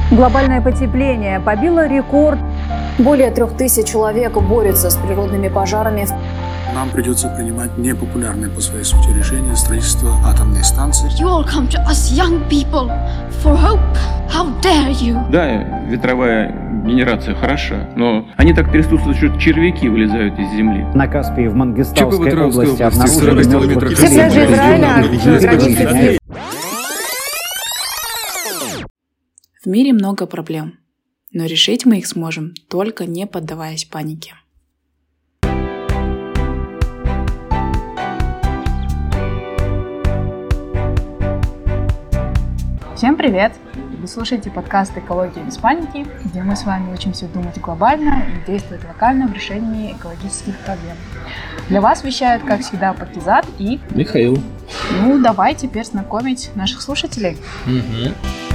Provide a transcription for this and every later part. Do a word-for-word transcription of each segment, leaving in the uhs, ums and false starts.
Глобальное потепление побило рекорд. Более трех тысяч человек борются с природными пожарами. Нам придется принимать непопулярные по своей сути решения строительства атомной станции. You all come to us young people for hope. How dare you? Да, ветровая генерация хороша, но они так трясутся, что червяки вылезают из земли. На Каспии в Мангистауской области обнаружили мертвых Все пляжи Израиля границы. В мире много проблем, но решить мы их сможем, только не поддаваясь панике. Всем привет! Вы слушаете подкаст «Экология без паники», где мы с вами учимся думать глобально и действовать локально в решении экологических проблем. Для вас вещают, как всегда, Пакизат и Михаил. Ну, давай теперь знакомить наших слушателей. Угу.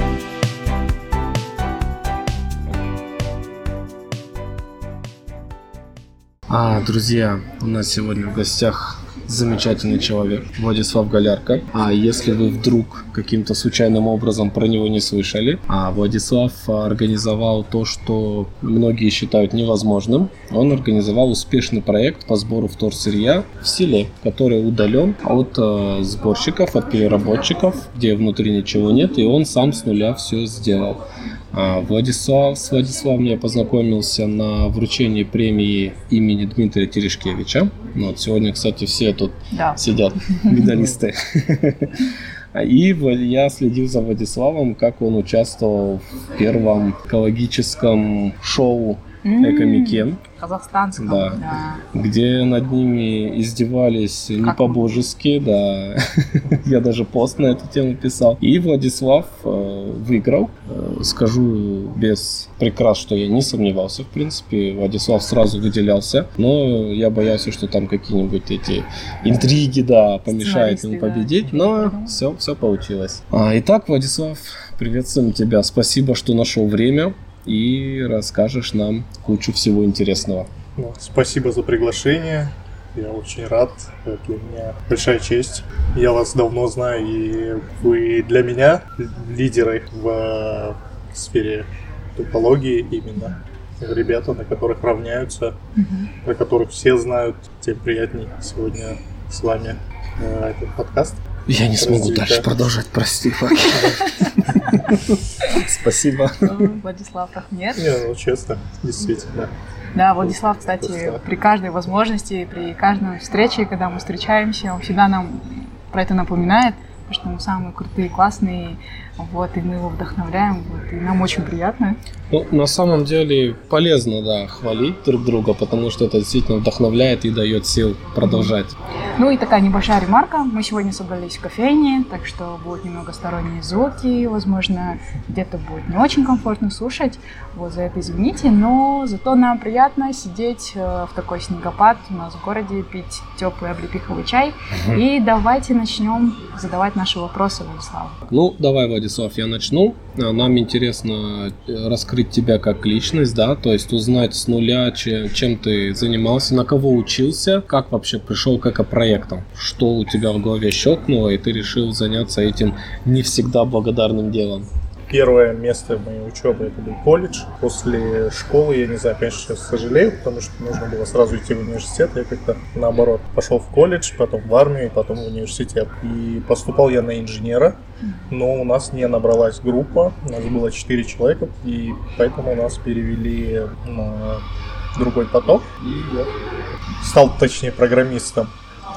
А, друзья, у нас сегодня в гостях замечательный человек, Владислав Голярко. А если вы вдруг каким-то случайным образом про него не слышали, а Владислав организовал то, что многие считают невозможным. Он организовал успешный проект по сбору вторсырья в селе, который удален от э, сборщиков, от переработчиков, где внутри ничего нет, и он сам с нуля все сделал. А Владислав, с Владиславом я познакомился на вручении премии имени Дмитрия Терешкевича. Вот, сегодня, кстати, все тут Да. сидят, медалисты. И я следил за Владиславом, как он участвовал в первом экологическом шоу «Экомикен». Казахстанском. Да. Да. Где над ними издевались не по-божески, да. Я даже пост на эту тему писал. И Владислав э, выиграл. Э, скажу без прикрас, что я не сомневался, в принципе. Владислав сразу выделялся. Но я боялся, что там какие-нибудь эти интриги, да, помешают ему победить. Но все, все получилось. А, итак, Владислав, приветствуем тебя. Спасибо, что нашел время и расскажешь нам кучу всего интересного. Ну, спасибо за приглашение. Я очень рад. Это для меня большая честь. Я вас давно знаю, и вы для меня лидеры в сфере экологии именно. Ребята, на которых равняются, mm-hmm. про которых все знают, тем приятней сегодня с вами э, этот подкаст. Я не смогу дальше продолжать, прости. Спасибо. Владислав Рахмет. Не, ну честно, действительно. Да, Владислав, кстати, при каждой возможности, при каждой встрече, когда мы встречаемся, он всегда нам про это напоминает, что мы самые крутые, классные, вот, и мы его вдохновляем, вот, и нам очень приятно. Ну, на самом деле полезно, да, хвалить друг друга, потому что это действительно вдохновляет и дает сил продолжать. Ну и такая небольшая ремарка. Мы сегодня собрались в кофейне, так что будут немного сторонние звуки, возможно, где-то будет не очень комфортно слушать, вот за это извините, но зато нам приятно сидеть в такой снегопад у нас в городе, пить теплый облепиховый чай. Угу. И давайте начнем задавать наши вопросы, Владислав. Ну, давай, Владислав, я начну. Нам интересно раскрыть тебя как личность, да, то есть узнать с нуля, чем, чем ты занимался, на кого учился, как вообще пришел к экопроектам, что у тебя в голове щелкнуло, и ты решил заняться этим не всегда благодарным делом. Первое место моей учебы это был колледж. После школы, я не знаю, конечно, сейчас сожалею, потому что нужно было сразу идти в университет. Я как-то наоборот пошел в колледж, потом в армию, потом в университет. И поступал я на инженера, но у нас не набралась группа, у нас было четыре человека, и поэтому нас перевели на другой поток. И я стал, точнее, программистом.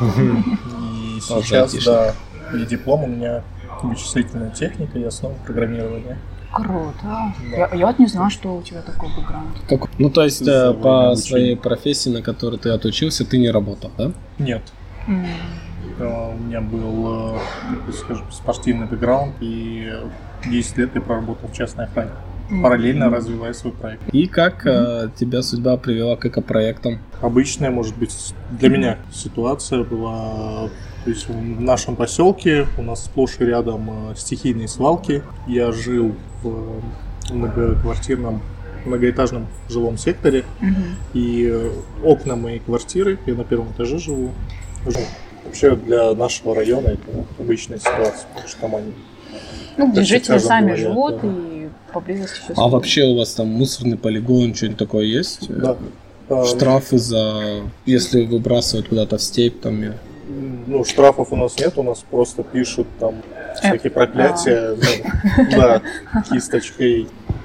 И сейчас, да, и диплом у меня вычислительная техника и основа программирования. Круто. Да. Я, я вот не знала, что у тебя такой бэкграунд. Как? Ну, то есть э, по своей профессии, на которой ты отучился, ты не работал, да? Нет. Mm. Uh, у меня был, uh, скажем, спортивный бэкграунд, и десять лет я проработал в частной охране, mm. параллельно mm. развивая свой проект. И как mm. uh, тебя судьба привела к экопроектам? Обычная, может быть, для меня ситуация была... То есть в нашем поселке у нас сплошь и рядом стихийные свалки. Я жил в многоквартирном, многоэтажном жилом секторе. Mm-hmm. И окна моей квартиры, я на первом этаже живу. Вообще для нашего района это обычная ситуация, потому что там они... Ну, где жители сами говорят, живут, да. И поблизости все. А вообще у вас там мусорный полигон, что-нибудь такое есть? Да. Штрафы за... Если выбрасывать куда-то в степь, там... Ну, штрафов у нас нет, у нас просто пишут там всякие проклятия, ну, да, кисточкой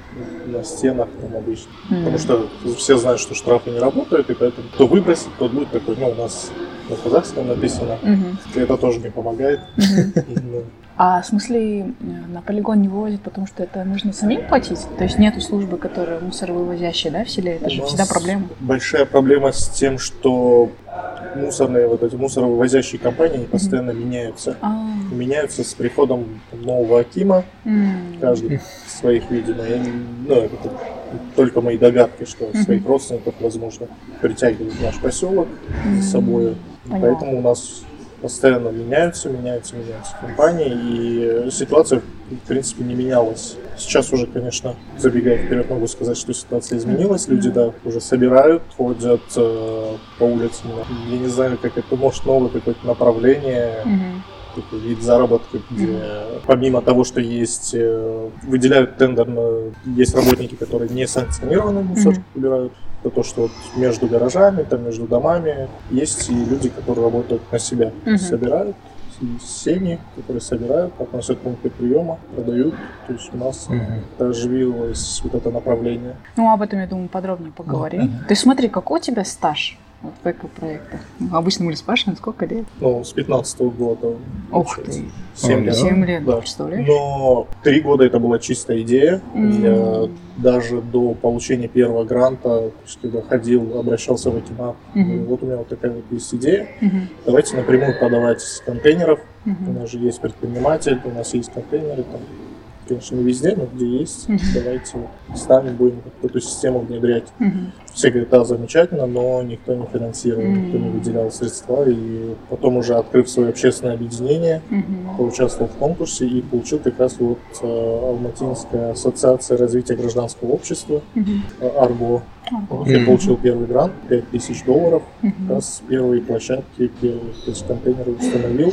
на стенах там обычно. Mm. Потому что все знают, что штрафы не работают, и поэтому кто выбросит, тот будет такой, ну, у нас на казахском написано, mm-hmm. и это тоже не помогает. Mm-hmm. А в смысле на полигон не вывозят, потому что это нужно самим платить? То есть нету службы, которая мусоровывозящая, да, в селе? Это же всегда проблема. Большая проблема с тем, что мусорные, вот эти мусоровывозящие компании mm-hmm. постоянно меняются. Ah. Меняются с приходом нового акима, mm-hmm. каждый своих, видимо. И, ну, это только мои догадки, что mm-hmm. своих родственников, возможно, притягивают в наш поселок mm-hmm. с собой. Понятно. Поэтому у нас постоянно меняются, меняются, меняются компании, и ситуация, в принципе, не менялась. Сейчас уже, конечно, забегая вперед, могу сказать, что ситуация изменилась. Люди, да, уже собирают, ходят э, по улицам. Я не знаю, как это, может, новое какое-то направление, mm-hmm. такой вид заработка, где mm-hmm. помимо того, что есть, э, выделяют тендер, на, есть работники, которые не санкционированный мусор mm-hmm. убирают. То, что вот между гаражами, там, между домами есть и люди, которые работают на себя, uh-huh. собирают, семьи, которые собирают, относят к пункту приема, продают. То есть у нас uh-huh. оживилось вот это направление. Ну, об этом, я думаю, подробнее поговорим. Uh-huh. Ты смотри, какой у тебя стаж вот в эко-проектах? Ну, обычно мы спрашиваем, сколько лет? Ну, с пятнадцатого года. Ух ты! семь лет. семь лет, да. Представляешь? Но три года это была чистая идея. Mm-hmm. Я даже до получения первого гранта, когда ходил, обращался в Акимат. Mm-hmm. Вот у меня вот такая вот есть идея. Mm-hmm. Давайте напрямую продавать из контейнеров. Mm-hmm. У нас же есть предприниматель, у нас есть контейнеры. Там, конечно, не везде, но где есть. Mm-hmm. Давайте сами будем эту систему внедрять. Mm-hmm. Все говорят, да, замечательно, но никто не финансировал, mm-hmm. никто не выделял средства. И потом уже, открыв свое общественное объединение, mm-hmm. поучаствовал в конкурсе и получил как раз вот э, Алматинская ассоциация развития гражданского общества, mm-hmm. АРГО. Mm-hmm. Я получил первый грант, пять тысяч долларов, mm-hmm. как раз первые площадки, первые контейнеры установил.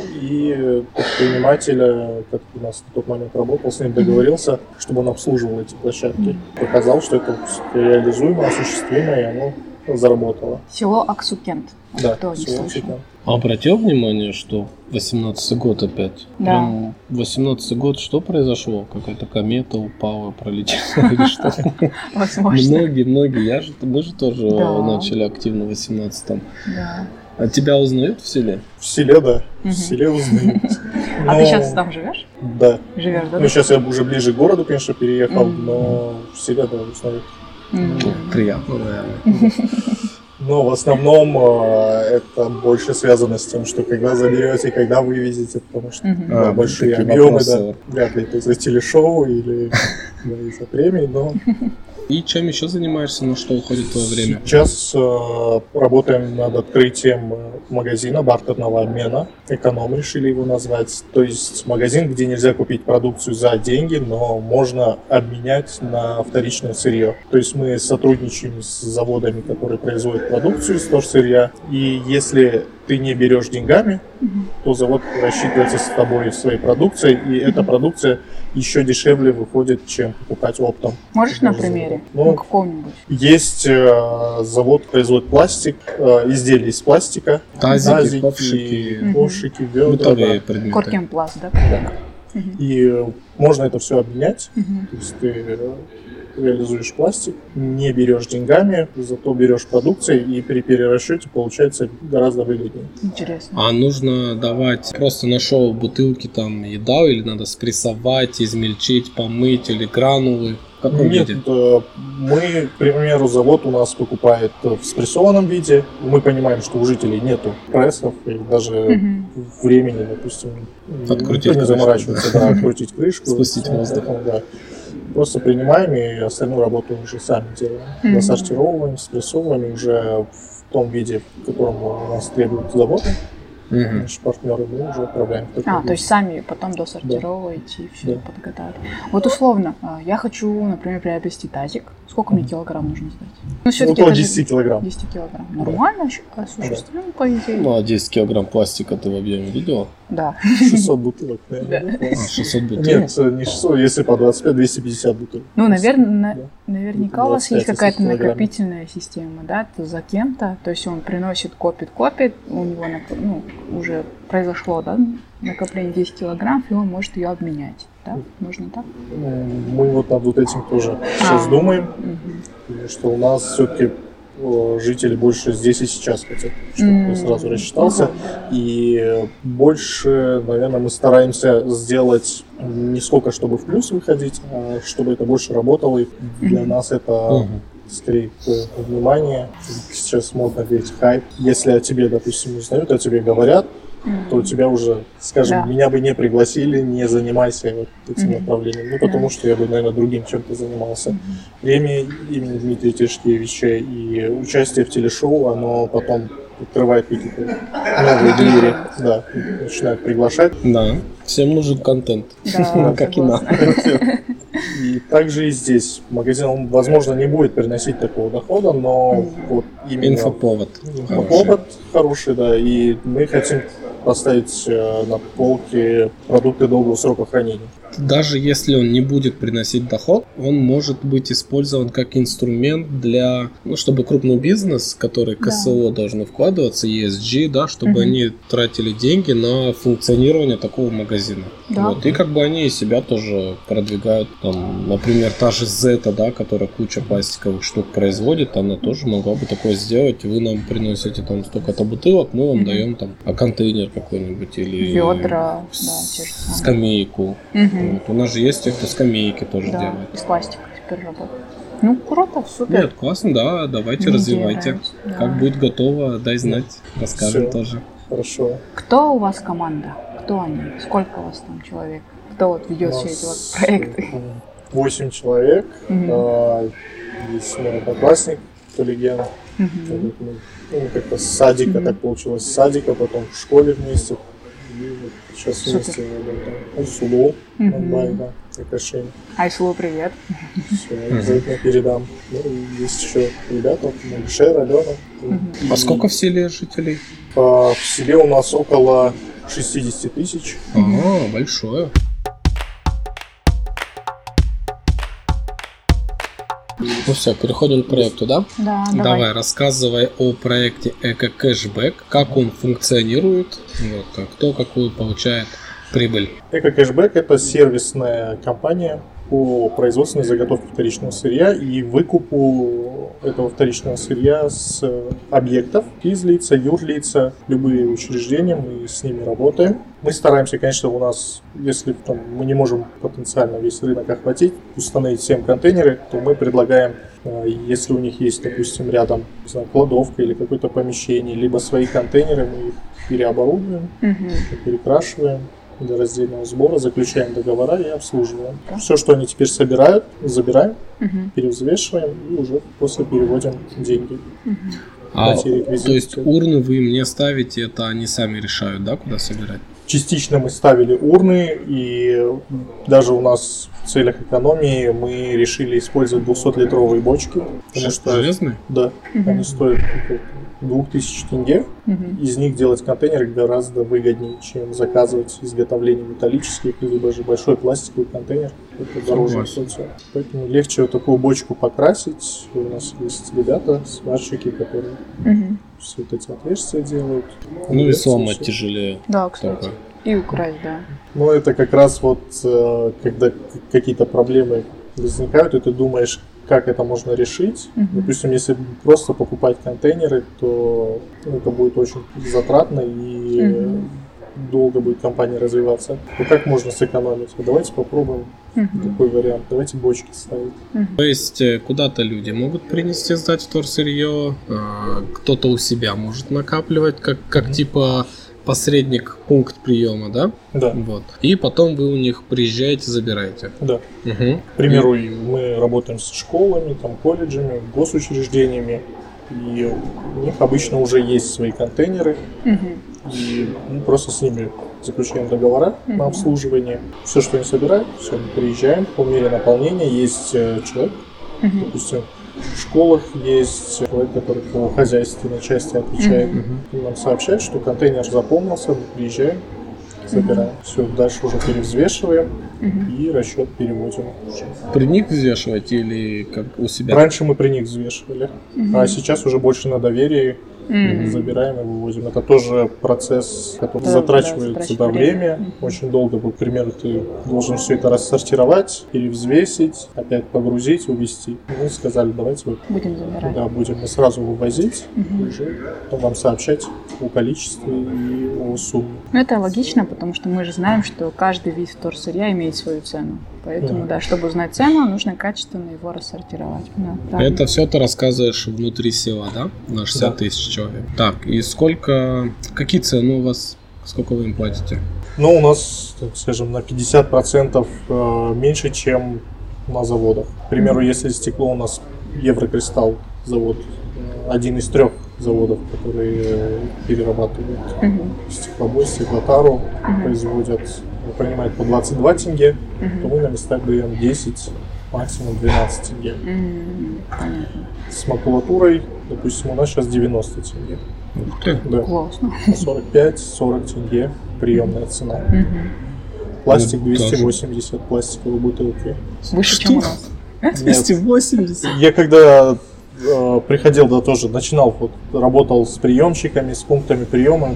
И предпринимателя, который у нас на тот момент работал, с ним договорился, чтобы он обслуживал эти площадки. Mm-hmm. Показал, что это реализуемо, осуществимо, и оно заработало. Село Аксукент. Да, кто не слышал. Обратил внимание, что восемнадцатый год опять? Да. Прям восемнадцатый год, что произошло? Какая-то комета упала, пролетела или что? Возможно. Многие, многие. Я же, мы же тоже начали активно в восемнадцатом. Да. А тебя узнают в селе? В селе, да. В селе узнают. А ты сейчас там живешь? Да. Живешь, да? Ну, сейчас я уже ближе к городу, конечно, переехал, но в селе, да, узнают. Приятно, наверное. Но в основном э, это больше связано с тем, что когда заберете, когда вывезете, потому что mm-hmm. да, а, большие объемы, да, вряд ли это из-за телешоу или да, из-за премий, но... И чем еще занимаешься, на что уходит твое время? Сейчас э, работаем над открытием магазина бартерного обмена. Эконом решили его назвать. То есть магазин, где нельзя купить продукцию за деньги, но можно обменять на вторичное сырье. То есть мы сотрудничаем с заводами, которые производят продукцию из сырья. И если ты не берешь деньгами, mm-hmm. то завод рассчитывается с тобой своей продукцией, и mm-hmm. эта продукция еще дешевле выходит, чем покупать оптом. Можешь на примере? Ну, ну какого-нибудь? Есть э, завод, производит пластик, э, изделия из пластика. Тазики, тазики ковшики, ковшики, ведра. Да. Коркемпласт, да? Да. Mm-hmm. И э, можно это все обменять. Mm-hmm. То есть ты реализуешь пластик, не берешь деньгами, зато берешь продукцию, и при перерасчете получается гораздо выгоднее. Интересно. А нужно давать, просто нашел бутылки, там, еда, или надо спрессовать, измельчить, помыть, или гранулы? В каком Нет, виде? Мы, к примеру, завод у нас покупает в спрессованном виде. Мы понимаем, что у жителей нету прессов, и даже угу. времени, допустим, открутить никто не заморачивается, да, открутить крышку. Спустить воздух. Да. Просто принимаем и остальную работу уже сами делаем. Mm-hmm. Досортировываем, спрессовываем уже в том виде, в котором у нас требует завод. Mm-hmm. Наши партнеры, мы уже отправляем. А, виде. То есть сами потом досортировываете да. и все да. подготавливаете. Вот условно, я хочу, например, приобрести тазик. Сколько мне килограмм нужно сдать? Ну, все-таки около это же десять килограмм. десять килограмм. Нормально, осуществимо, по идее. Ну, а десять килограмм пластика ты в объеме видела? Да. шестьсот бутылок, наверное. Да. А, шестьсот бутылок? Нет, не шестьсот, если по двадцать пять, двести пятьдесят бутылок. Ну, наверное, Да. наверняка у вас есть двадцать пять какая-то килограмм. накопительная система, да, то за кем-то, то есть он приносит, копит, копит, у него нак- ну, уже произошло, да, накопление десять килограмм, и он может ее обменять, да, можно так? Ну, мы вот над вот этим тоже сейчас А. думаем, Мгм. потому что у нас все-таки жители больше здесь и сейчас хотят, чтобы М. я сразу рассчитался. И больше, наверное, мы стараемся сделать не сколько, чтобы в плюс выходить, а чтобы это больше работало. И для Мгм. нас это Мгм. скорее такое внимание. Сейчас модно говорить хайп. Если о тебе, допустим, узнают, о тебе говорят, то тебя уже, скажем, Да. меня бы не пригласили, не занимайся вот этим Мгм. направлением. Ну, потому Да. что я бы, наверное, другим чем-то занимался. Мгм. Время имени Дмитрия Тишкевича и участие в телешоу, оно потом открывает какие-то новые двери, да, начинают приглашать. Да, всем нужен контент, Да, как и нам. согласна. И также и здесь магазин, он, возможно, не будет приносить такого дохода, но вот именно Инфоповод. инфоповод хороший, да, и мы хотим поставить э, на полке продукты долгого срока хранения. Даже если он не будет приносить доход, он может быть использован как инструмент для, ну, чтобы крупный бизнес, который Да. КСО должны вкладываться, и эс джи, да, чтобы Мгм. они тратили деньги на функционирование такого магазина. Да. Вот. И как бы они и себя тоже продвигают. Там, например, та же Зета, да, которая куча пластиковых штук производит, она тоже могла бы такое сделать. Вы нам приносите там столько-то бутылок, мы вам Мгм. даем там а контейнер какой-нибудь или Ведра, да, с- те же самые. скамейку. Мгм. Вот. У нас же есть те, кто скамейки тоже Да, делает. из пластика теперь работает. Ну, круто, супер. Нет, классно, да, давайте Мне развивайте. нравится, да. Как будет готово, дай знать, расскажем Всё. тоже. Хорошо. Кто у вас команда? Кто они? Сколько у вас там человек? Кто вот ведет У все нас, эти вот проекты? м, Восемь человек. Мгм. А, Есть мой одноклассник, коллеген. Мгм. Ну, как-то с садика, Мгм. так получилось, с садика, потом в школе вместе. И вот сейчас Супер. вместе работаем. Айсулу, Мгм. Анбай, да, Акашин. Айсулу, привет. Все, обязательно передам. Ну, и есть еще ребята, Малишер, Алена. Мгм. А сколько в селе жителей? А, в селе у нас около шестьдесят тысяч. А, большое. Ну все, переходим к проекту, да? Да, Давай, давай. рассказывай о проекте Эко-кэшбэк, как он функционирует, вот, а кто какую получает прибыль. Эко-кэшбэк – это сервисная компания по производственной заготовке вторичного сырья и выкупу этого вторичного сырья с объектов, физлица, юрлица, любые учреждения, мы с ними работаем. Мы стараемся, конечно, у нас, если там, мы не можем потенциально весь рынок охватить, установить всем контейнеры, то мы предлагаем, э, если у них есть, допустим, рядом, не знаю, кладовка или какое-то помещение, либо свои контейнеры, мы их переоборудуем, Мгм. перекрашиваем для раздельного сбора, заключаем договора и обслуживаем. Все, что они теперь собирают, забираем, Мгм. перевзвешиваем и уже после переводим деньги. Мгм. А, Эти реквизиты. то есть урны вы им не ставите, это они сами решают, да, куда собирать? Частично мы ставили урны, и даже у нас в целях экономии мы решили использовать двухсотлитровые бочки. Потому что, Железные? да, Мгм. они стоят две тысячи тенге. Мгм. Из них делать контейнеры гораздо выгоднее, чем заказывать изготовление металлических, либо же большой пластиковый контейнер. Это дороже Согласен. обходится. Поэтому легче вот такую бочку покрасить. У нас есть ребята, сварщики, которые Мгм. все вот эти отверстия делают. Ну и Отверстия, сломать всё. тяжелее. Да, кстати. Такое. И украсть, да. Ну, это как раз вот, э, когда к- какие-то проблемы возникают, и ты думаешь, как это можно решить. Мгм. Допустим, если просто покупать контейнеры, то ну, это будет очень затратно и Мгм. долго будет компания развиваться. И как можно сэкономить? Давайте попробуем Мгм. такой вариант. Давайте бочки ставить. То есть э, куда-то люди могут принести, сдать вторсырье, а, кто-то у себя может накапливать, как, как типа посредник, пункт приема, да? Да, Вот. И потом вы у них приезжаете, забираете. да. Угу. К примеру, и мы работаем с школами, там, колледжами, госучреждениями. И у них обычно уже есть свои контейнеры. Мгм. И мы просто с ними заключаем договора Мгм. на обслуживание. Все, что они собирают, все, мы приезжаем по мере наполнения. Есть э, человек, Uh-huh. Допустим, в школах есть человек, который по хозяйственной части отвечает. Uh-huh. Он нам сообщает, что контейнер заполнился, мы приезжаем, забираем. Uh-huh. Все, дальше уже перевзвешиваем uh-huh. и расчет переводим. При них взвешиваете или как у себя? Раньше мы при них взвешивали, uh-huh. а сейчас уже больше на доверии. Mm-hmm. Забираем и вывозим. Это тоже процесс, который да, затрачивает да, время. время. Mm-hmm. Очень долго, к примеру, ты должен все это рассортировать, перевзвесить, опять погрузить, увезти. Мы сказали, давайте вы будем забирать. Да, будем мы сразу вывозить, mm-hmm. уже потом вам сообщать о количестве и о сумме. Ну, это логично, потому что мы же знаем, что каждый вид вторсырья имеет свою цену. Поэтому, mm. да, чтобы узнать цену, нужно качественно его рассортировать. Да, это все ты рассказываешь внутри села, да? На шестьдесят тысяч человек. Так, и сколько, какие цены у вас, сколько вы им платите? Ну, у нас, так скажем, на пятьдесят процентов меньше, чем на заводах. К примеру, mm. если стекло у нас Еврокристалл завод, один из трех заводов, которые перерабатывают mm-hmm. стеклобой, стеклотару, mm-hmm. производят, принимают по двадцать два тенге, mm-hmm. то мы на местах даем десять, максимум двенадцать тенге. Mm-hmm. С макулатурой, допустим, у нас сейчас девяносто тенге. Ух ты, да. Классно. сорок пять сорок тенге приемная цена. Mm-hmm. Пластик двести восемьдесят, пластиковые бутылки. Выше, чем у нас. двести восемьдесят? Я когда э, приходил, да, тоже начинал, вот, работал с приемщиками, с пунктами приема,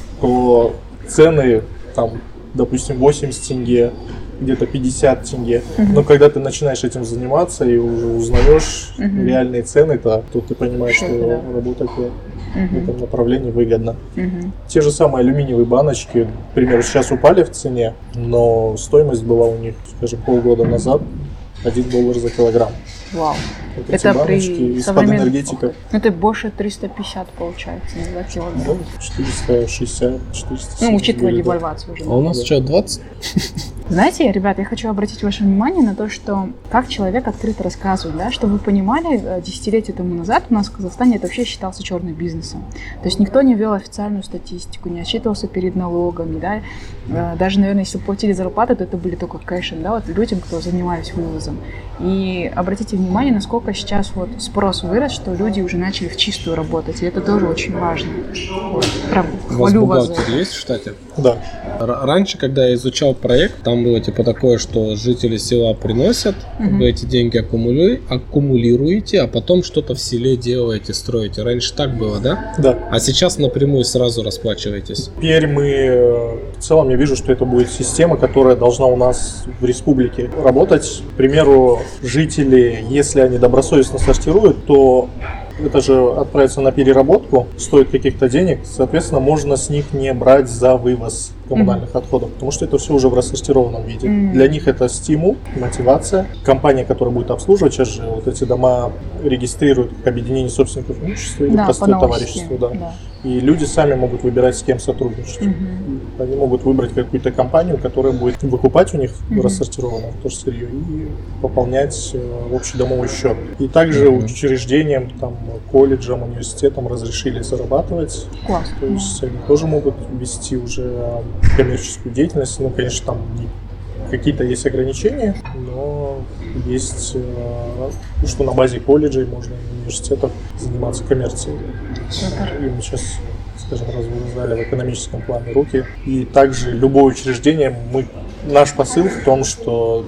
то цены там, допустим, восемьдесят тенге, где-то пятьдесят тенге. Uh-huh. Но когда ты начинаешь этим заниматься и уже узнаешь uh-huh. реальные цены, то, то ты понимаешь, что uh-huh. работать uh-huh. в этом направлении выгодно. Uh-huh. Те же самые алюминиевые баночки, к примеру, сейчас упали в цене, но стоимость была у них, скажем, полгода назад один доллар за килограмм. Вау. Вот это при из-под энергетиков. Это больше триста пятьдесят получается за килограмм. Да, четыреста шестьдесят четыреста семьдесят. Ну, учитывая девальвацию уже. А у нас да. что, двадцать? Знаете, ребят, я хочу обратить ваше внимание на то, что как человек открыто рассказывает, да, чтобы вы понимали, десятилетия тому назад у нас в Казахстане это вообще считался черным бизнесом. То есть никто не вел официальную статистику, не отчитывался перед налогами, да. Даже, наверное, если платили зарплаты, то это были только кэшем, да, вот людям, кто занимались вывозом. И обратите внимание, насколько сейчас вот спрос вырос, что люди уже начали в чистую работать, и это тоже очень важно. Прям хвалю вас. У вас бухгалтер есть в штате? Да. Р- раньше, когда я изучал проект, там было типа такое, что жители села приносят, uh-huh. вы эти деньги аккумули... аккумулируете, а потом что-то в селе делаете, строите. Раньше так было, да? Да. А сейчас напрямую сразу расплачиваетесь? Теперь мы, в целом, я вижу, что это будет система, которая должна у нас в республике работать. К примеру, жители, если они добросовестно сортируют, то это же отправится на переработку, стоит каких-то денег, соответственно, можно с них не брать за вывоз коммунальных mm-hmm. отходов, потому что это все уже в рассортированном виде. Mm-hmm. Для них это стимул, мотивация. Компания, которая будет обслуживать, сейчас же вот эти дома регистрируют как объединение собственников имущества или да, простое товарищество. Да. Да. И люди сами могут выбирать, с кем сотрудничать. Mm-hmm. Они могут выбрать какую-то компанию, которая будет выкупать у них mm-hmm. рассортированное вторсырье и пополнять э, общедомовый счет. И также mm-hmm. учреждениям, там, колледжам, университетам разрешили зарабатывать. Класс. То есть они тоже могут вести уже коммерческую деятельность. Ну, конечно, там какие-то есть ограничения, но есть, э, что на базе колледжей можно университетов заниматься коммерцией. Супер. И мы сейчас, скажем, развязали в экономическом плане руки. И также любое учреждение, мы, наш посыл в том, что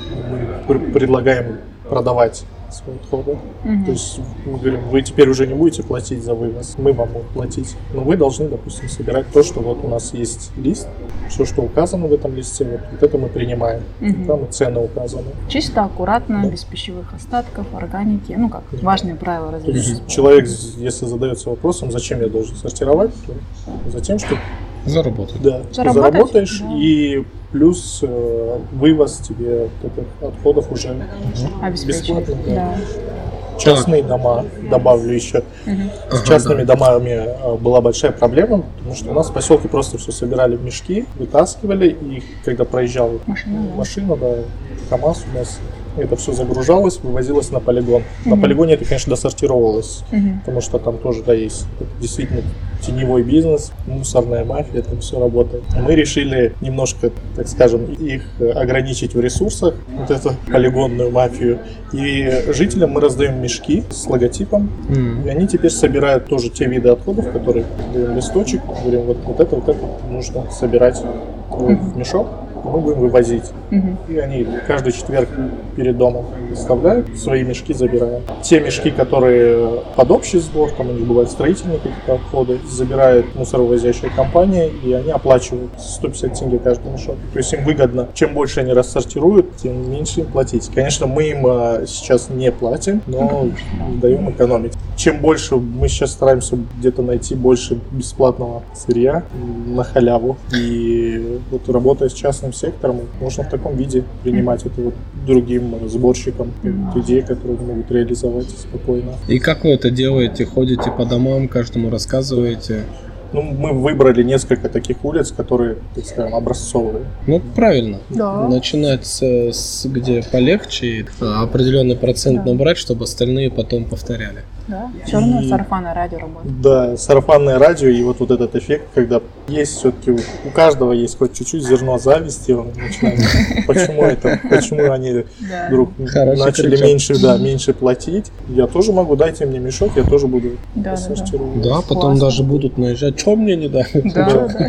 мы пр- предлагаем продавать свои отходы. Mm-hmm. То есть мы говорим, вы теперь уже не будете платить за вывоз, мы вам будем платить. Но вы должны, допустим, собирать то, что вот у нас есть лист, все, что указано в этом листе, вот, вот это мы принимаем. Mm-hmm. Там и цены указаны. Чисто, аккуратно, да. без пищевых остатков, органики, ну как, да. важные правила развития. Человек, если задается вопросом, зачем я должен сортировать, то затем, что заработать. Да, Заработать, заработаешь да. и плюс э, вывоз тебе этих отходов уже бесплатно. Да. Да. Частные так. дома, добавлю еще. Угу. С ага, частными да. домами была большая проблема, потому что у нас в поселке просто все собирали в мешки, вытаскивали, и когда проезжала машина, машина, да, КамАЗ у нас, это все загружалось, вывозилось на полигон. Mm-hmm. На полигоне это, конечно, досортировалось, mm-hmm. потому что там тоже, да, есть действительно теневой бизнес, мусорная мафия, там все работает. Мы решили немножко, так скажем, их ограничить в ресурсах, вот эту полигонную мафию. И жителям мы раздаем мешки с логотипом, mm-hmm. и они теперь собирают тоже те виды отходов, которые даем листочек, говорим, вот, вот это, вот это нужно собирать mm-hmm. в мешок. Мы будем вывозить. Uh-huh. И они каждый четверг перед домом выставляют, свои мешки забираем. Те мешки, которые под общий сбор, там у них бывают строительные какие-то отходы, забирает мусоровозящая компания, и они оплачивают сто пятьдесят тенге каждый мешок. То есть им выгодно. Чем больше они рассортируют, тем меньше им платить. Конечно, мы им сейчас не платим, но даем экономить. Чем больше, мы сейчас стараемся где-то найти больше бесплатного сырья на халяву. И вот работая с частным сектором, можно в таком виде принимать это вот другим сборщикам людей, которые могут реализовать спокойно. И как вы это делаете? Ходите по домам, каждому рассказываете? Ну, мы выбрали несколько таких улиц, которые, так скажем, образцовые. Ну, правильно. Да. Начинать с, с где полегче, определенный процент да. набрать, чтобы остальные потом повторяли. Да, черное и... сарафанное радио работает. Да, сарафанное радио и вот, вот этот эффект, когда есть все-таки, у, у каждого есть хоть чуть-чуть зерно зависти, он начинает, почему это, почему они вдруг начали меньше, да, меньше платить. Я тоже могу, дайте мне мешок, я тоже буду сортировать. Да, потом даже будут наезжать, что мне не дали? Да, да.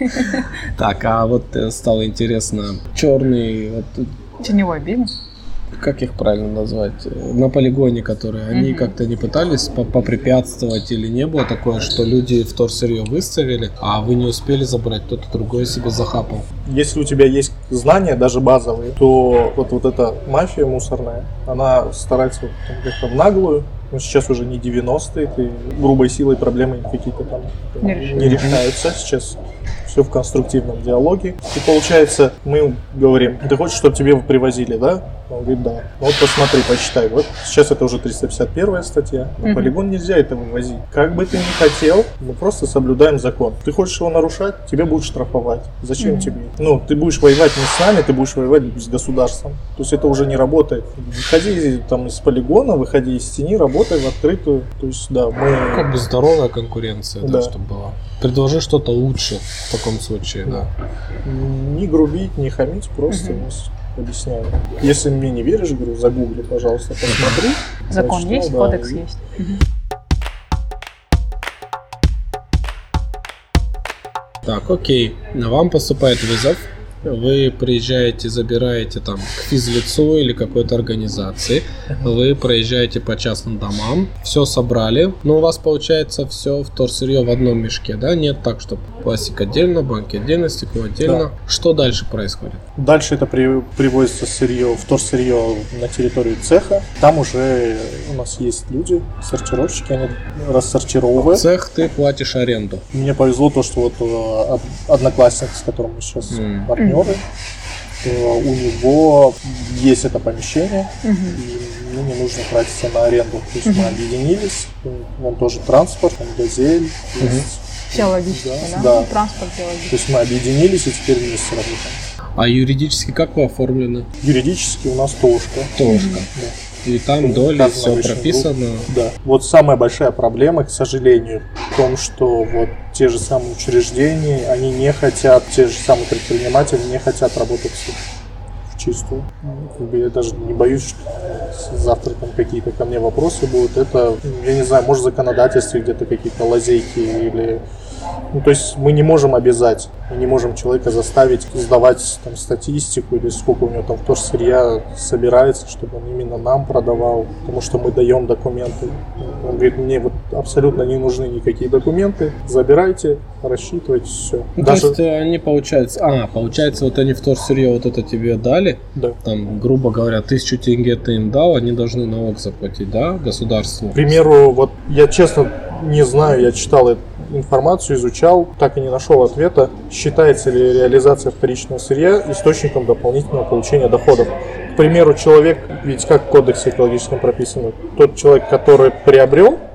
Так, а вот стало интересно, черный... Теневой бизнес. Как их правильно назвать? На полигоне, которые они mm-hmm. как-то не пытались попрепятствовать или не было такое, что люди вторсырье выставили, а вы не успели забрать, кто-то другой себе захапал? Если у тебя есть знания, даже базовые, то вот, вот эта мафия мусорная, она старается вот, как-то в наглую. Ну, сейчас уже не девяностые, и грубой силой проблемы какие-то там не, не решаются. Сейчас все в конструктивном диалоге. И получается, мы говорим, ты хочешь, чтобы тебе привозили, да? Он говорит, да. Ну вот посмотри, почитай. Вот сейчас это уже триста пятьдесят первая статья. На полигон нельзя это вывозить. Как бы ты ни хотел, мы просто соблюдаем закон. Ты хочешь его нарушать, тебя будут штрафовать. Зачем mm-hmm. тебе? Ну, ты будешь воевать не с нами, ты будешь воевать с государством. То есть это уже не работает. Выходи там из полигона, выходи из тени, работай в открытую. То есть, да, мы... Как бы здоровая конкуренция, да, да чтобы была. Предложи что-то лучше в таком случае, да. да. Не грубить, не хамить, просто mm-hmm. объясняю. Если мне не веришь, говорю, загугли, пожалуйста, посмотри. Закон прочитай, есть, да, кодекс и... есть. Так, окей. Вам поступает вызов. Вы приезжаете, забираете там к физлицу или какой-то организации, вы проезжаете по частным домам, все собрали, но у вас получается все вторсырье в одном мешке, да? Нет так, что пластик отдельно, банки отдельно, стекло отдельно. Да. Что дальше происходит? Дальше это при, привозится сырье, вторсырье на территорию цеха. Там уже у нас есть люди, сортировщики, они рассортировывают. Цех ты платишь аренду. Мне повезло то, что вот одноклассник, с которым мы сейчас mm. партнеры, у него есть это помещение, mm-hmm. и мне не нужно тратиться на аренду. То есть mm-hmm. мы объединились, он тоже транспорт, он газель. Mm-hmm. Все логично, да? да? да. Транспорт все логично. То есть мы объединились и теперь вместе работаем. А юридически как вы оформлены? Юридически у нас ТОшка. ТОшка. Да. И там доли, все прописано. Групп. Да. Вот самая большая проблема, к сожалению, в том, что вот те же самые учреждения, они не хотят, те же самые предприниматели не хотят работать в чистую. Я даже не боюсь, что завтра там какие-то ко мне вопросы будут. Это, я не знаю, может в законодательстве где-то какие-то лазейки или... Ну, то есть мы не можем обязать, мы не можем человека заставить сдавать там статистику или сколько у него там вторсырья собирается, чтобы он именно нам продавал, потому что мы даем документы. Он говорит, мне вот абсолютно не нужны никакие документы, забирайте, рассчитывайте, все. Ну, Даже... То есть они, получается, а, получается, вот они вторсырье вот это тебе дали, да. Там, грубо говоря, тысячу тенге ты им дал, они должны налог заплатить, да, государству? К примеру, вот я честно не знаю, я читал эту информацию, изучал, так и не нашел ответа, считается ли реализация вторичного сырья источником дополнительного получения доходов. К примеру, человек, ведь как в кодексе экологическом прописано, тот человек, который приобрел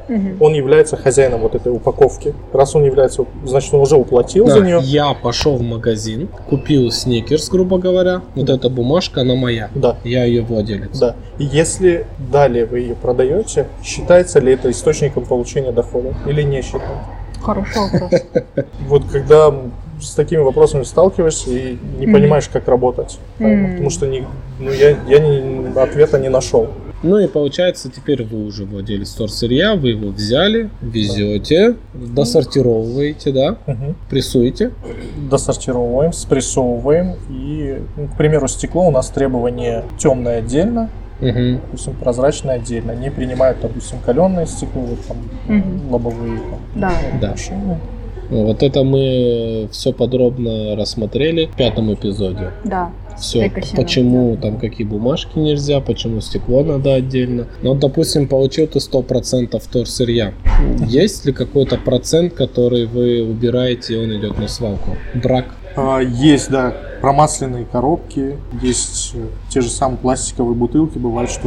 он является хозяином вот этой упаковки. Раз он является, значит, он уже уплатил Да, за нее. я пошел в магазин, купил сникерс, грубо говоря. Вот эта бумажка, она моя. Да. Я ее владелец. Да. И если далее вы ее продаете, считается ли это источником получения дохода или не считается? Хороший вопрос. Вот когда с такими вопросами сталкиваешься и не понимаешь, как работать. Mm. Потому что не, ну, я, я не, ответа не нашел. Ну и получается, теперь вы уже владелец вторсырья, вы его взяли, везете, да. досортировываете, да, угу. прессуете. Досортировываем, спрессовываем. И, ну, к примеру, стекло у нас требование темное отдельно, угу. допустим, прозрачное отдельно. Не принимают, допустим, каленое стекло, вот там угу. лобовые там, да. Да. машины. Вот это мы все подробно рассмотрели в пятом эпизоде. Да. Все, почему там какие бумажки нельзя, почему стекло надо отдельно. Ну, допустим, получил ты сто процентов вторсырья. Есть ли какой-то процент, который вы убираете, и он идет на свалку? Брак? А, есть, да. Промасленные коробки, есть те же самые пластиковые бутылки. Бывает, что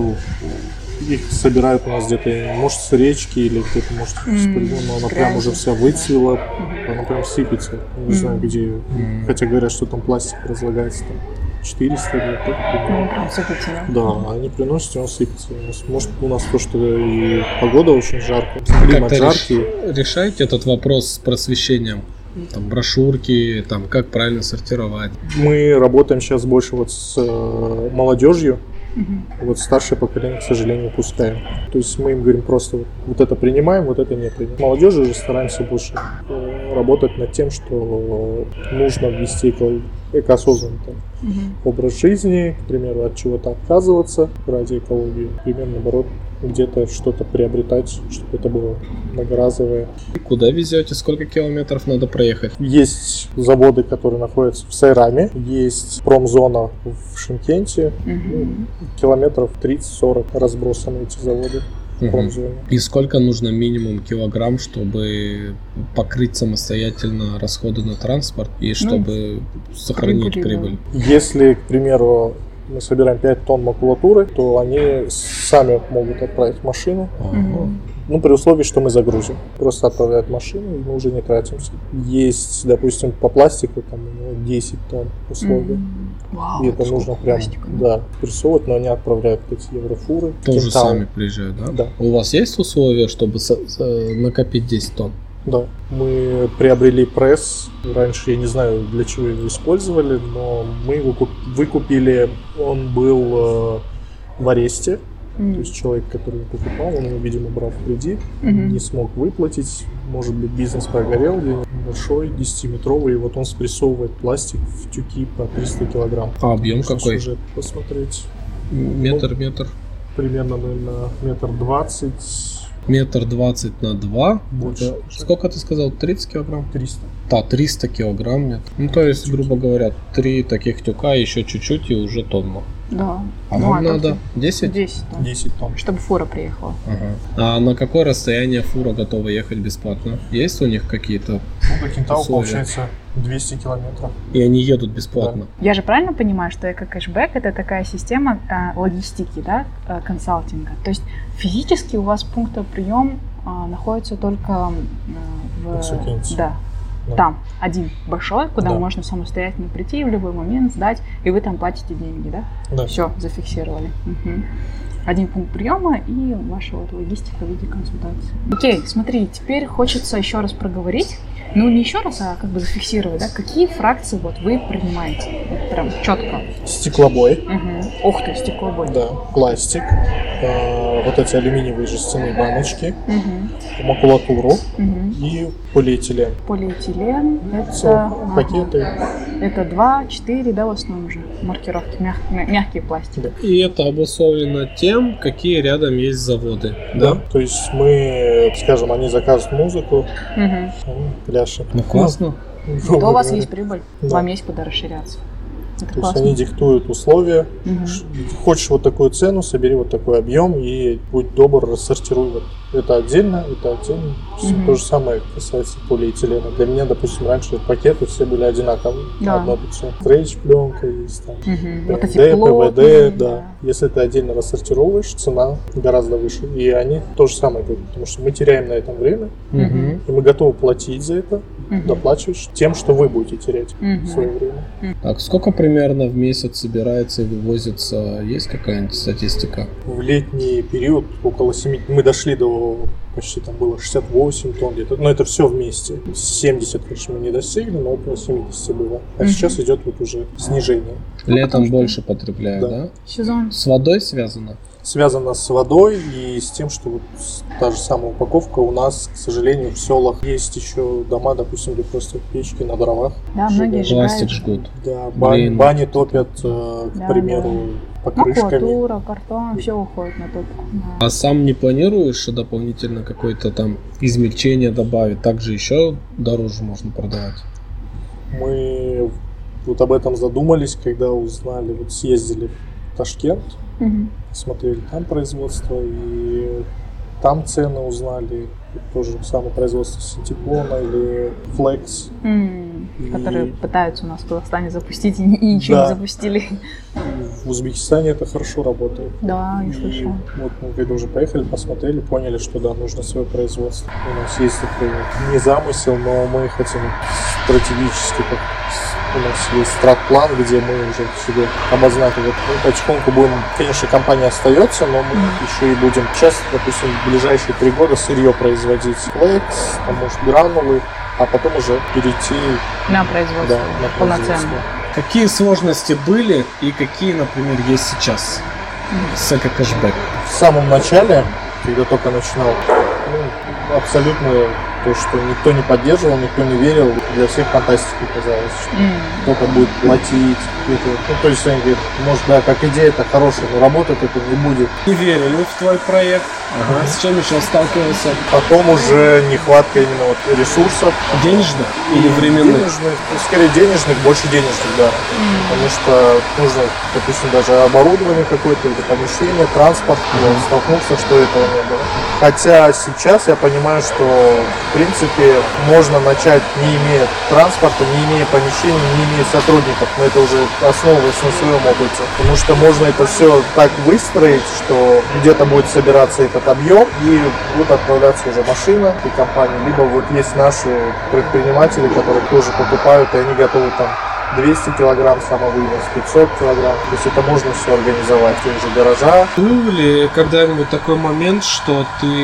их собирают у нас где-то, может, с речки или где-то, может, с полигона, но она прям уже вся выцвела, она прям сыпется. Не знаю, где. Хотя говорят, что там пластик разлагается там четыреста лет. Ну, прям сыпется, да? Да, они приносят, и он сыпется. Может, у нас то, что и погода очень жаркая, климат жаркий. Решаете этот вопрос с просвещением? Там брошюрки, там как правильно сортировать. Мы работаем сейчас больше вот с э, молодежью. Uh-huh. Вот старшее поколение, к сожалению, пускаем. То есть мы им говорим просто вот, вот это принимаем, вот это не принимаем. Молодежи же стараемся больше э, работать над тем, что нужно ввести эко- экоосознанный uh-huh. образ жизни, к примеру, от чего-то отказываться ради экологии, примерно наоборот, где-то что-то приобретать, чтобы это было многоразовое. Куда везете? Сколько километров надо проехать? Есть заводы, которые находятся в Сайраме, есть промзона в Шымкенте, uh-huh. ну, километров тридцать-сорок разбросаны эти заводы. Uh-huh. И сколько нужно минимум килограмм, чтобы покрыть самостоятельно расходы на транспорт и чтобы ну, сохранить прибыль? прибыль? Если, к примеру, мы собираем пять тонн макулатуры, то они сами могут отправить машину. Uh-huh. Ну, при условии, что мы загрузим. Просто отправляют машину, и мы уже не тратимся. Есть, допустим, по пластику там десять тонн условия. Mm-hmm. Вау, и это нужно прям, да, прессовывать, но они отправляют эти еврофуры. Тоже сами приезжают, да? Да. У вас есть условия, чтобы со- со- накопить десять тонн? Да. Мы приобрели пресс. Раньше я не знаю, для чего его использовали, но мы его куп- выкупили. Он был э, в аресте. Mm. То есть человек, который его покупал, он его, видимо, брал в кредит, mm-hmm. не смог выплатить. Может быть, бизнес прогорел, где-нибудь большой, десятиметровый, и вот он спрессовывает пластик в тюки по триста килограмм. А объем Можно какой? Сюжет посмотреть. Метр, ну, метр? Примерно, наверное, метр двадцать. Метр двадцать на два. Больше. Это, сколько ты сказал? тридцать килограмм? триста. Да, триста килограмм нет. Ну, то есть, грубо говоря, три таких тюка, еще чуть-чуть и уже тонна. Да. А нам ну, надо десять? десять тонн. десять тонн. Чтобы фура приехала. Ага. А на какое расстояние фура готова ехать бесплатно? Есть у них какие-то Ну, до Кентау получается двести километров. И они едут бесплатно? Да. Я же правильно понимаю, что эко-кэшбэк — это такая система э, логистики, да, э, консалтинга? То есть физически у вас пункт прием э, находится только э, в... Инсукенте. Да. Да. Там один большой, куда да. можно самостоятельно прийти в любой момент, сдать, и вы там платите деньги, да? Да. Все, зафиксировали. Угу. Один пункт приема и ваша вот логистика в виде консультации. Окей, смотри, теперь хочется еще раз проговорить, ну не еще раз, а как бы зафиксировать, да, какие фракции вот вы принимаете, вот прям четко. Стеклобой. Угу. Ух ты, стеклобой. Да, пластик, э, вот эти алюминиевые жестяные баночки, угу. макулатуру угу. и полиэтилен. Полиэтилен, это... Все, ага. пакеты. Это два, четыре, да, в основном уже маркировки, мяг... мягкие пластики. Да. И это обусловлено тем, какие рядом есть заводы. Да, да? То есть мы, скажем, они заказывают музыку, угу. пляшут. Ну классно. Ну, то у вас есть прибыль, да. Вам есть куда расширяться. Это То классно. есть они диктуют условия. Мгм. Хочешь вот такую цену, собери вот такой объем и будь добр, рассортируй. Вот это отдельно, это отдельно. Всё Мгм. То же самое касается полиэтилена. Для меня, допустим, раньше пакеты все были одинаковые. Да. Одно лицо. Стрейч-пленка есть там. Мгм. Вот эти ПМД, плотные, ПВД, да. Если ты отдельно рассортировываешь, цена гораздо выше. И они то же самое говорят, потому что мы теряем на этом время, Мгм. и мы готовы платить за это, Мгм. доплачиваешь тем, что вы будете терять Мгм. в свое время. Так, сколько примерно в месяц собирается и вывозится? Есть какая-нибудь статистика? В летний период около семи, мы дошли до почти там было шестьдесят восемь тонн где-то, но это все вместе. семьдесят, конечно, мы не достигли, но около семьдесят было. А Мгм. сейчас идет вот уже снижение. Летом что- больше потребляют, Да. да? Сезон. С водой связано? Связано с водой и с тем, что вот с- та же самая упаковка у нас, к сожалению, в селах есть еще дома, допустим, где просто печки на дровах. Да, многие Пластик сжигают. жгут. Да, бани, Блин. бани топят, э, к Да, примеру, покрышками. Макулатура, картон, все уходит на топку. Да. А сам не планируешь дополнительно какое-то там измельчение добавить? Также еще дороже можно продавать. Мы вот об этом задумались, когда узнали, вот съездили в Ташкент, Мгм. смотрели там производство, и там цены узнали, то же самое производство Синтеклона или Flex. М, И- Которые пытаются у нас в Казахстане запустить и, ни- и ничего Да. не запустили. В Узбекистане это хорошо работает. Да, я И слышала. вот мы когда уже поехали, посмотрели, поняли, что да, нужно свое производство. У нас есть такой не замысел, но мы хотим стратегически, как у нас есть страт-план, где мы уже себе обозначили. Вот мы потихоньку будем, конечно, компания остается, но мы еще и будем сейчас, допустим, в ближайшие три года сырье производить. Флекс, там, может, гранулы, а потом уже перейти На производство. да, на полноценно. производство. Какие сложности были и какие, например, есть сейчас с эко-кэшбэк? В самом начале, когда только начинал, ну, абсолютно то, что никто не поддерживал, никто не верил, для всех фантастикой казалось, что М. кто-то будет платить. Это, ну, то есть они говорят, может, да, как идея это хорошая, но работать это не будет. Не верили в твой проект. Ага. С чем еще сталкивался? Потом уже нехватка именно вот ресурсов. Денежных или временных? Денежных, ну, скорее денежных, больше денежных, да. Потому что нужно, допустим, даже оборудование какое-то, или помещение, транспорт. Вот, столкнулся, что этого не было. Хотя сейчас я понимаю, что в принципе можно начать, не имея транспорта, не имея помещений, не имея сотрудников, но это уже основываясь на своем опыте. Потому что можно это все так выстроить, что где-то будет собираться этот объем и будет отправляться уже машина и компания. Либо вот есть наши предприниматели, которые тоже покупают, и они готовы там двести килограмм самовывоз, пятьсот килограмм. То есть это можно все организовать. Те же гаража. Был ли когда-нибудь такой момент, что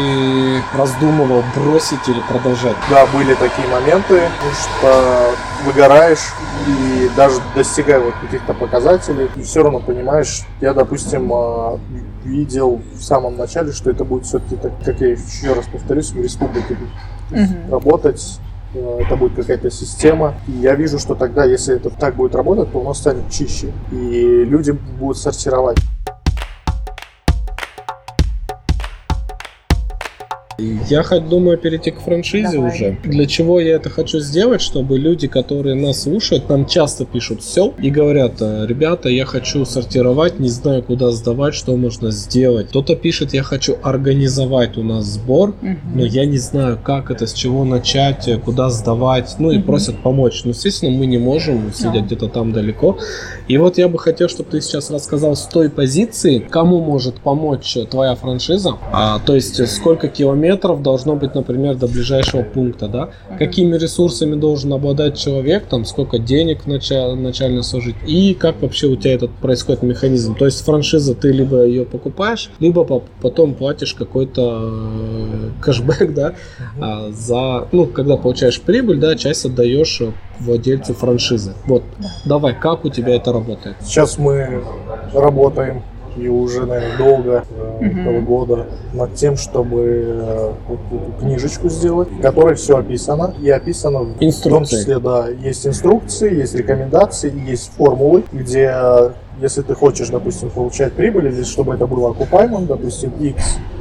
ты раздумывал бросить или продолжать? Да, были такие моменты, потому что выгораешь и даже достигая вот каких-то показателей, и все равно понимаешь, я, допустим, а, видел в самом начале, что это будет все-таки, так, как я еще раз повторюсь, в республике Мгм. работать, э, это будет какая-то система. И я вижу, что тогда, если это так будет работать, то у нас станет чище, и люди будут сортировать. Я хоть думаю перейти к франшизе Давай. уже. Для чего я это хочу сделать? Чтобы люди, которые нас слушают, нам часто пишут все и говорят: ребята, я хочу сортировать, не знаю, куда сдавать, что можно сделать. Кто-то пишет: я хочу организовать у нас сбор, Мгм. но я не знаю, как это, с чего начать, куда сдавать. Ну и Мгм. просят помочь. Ну, естественно, мы не можем, сидя Да. где-то там далеко. И вот я бы хотел, чтобы ты сейчас рассказал с той позиции, кому может помочь твоя франшиза. А, то есть, сколько километров должно быть, например, до ближайшего пункта, да? Какими ресурсами должен обладать человек, там, сколько денег нача- начально сложить, и как вообще у тебя этот происходит механизм. То есть, франшиза, ты либо ее покупаешь, либо по- потом платишь какой-то э, кэшбэк, да, а, за, ну, когда получаешь прибыль, да, часть отдаешь владельцу франшизы. Вот, давай, как у тебя это работает? Сейчас мы работаем и уже, наверное, долго, э, Мгм. этого года, над тем, чтобы э, вот эту книжечку сделать, в которой все описано. И описано в том Инструкции. числе, да, есть инструкции, есть рекомендации, и есть формулы, где, э, если ты хочешь, допустим, получать прибыль, или чтобы это было окупаемым, допустим, X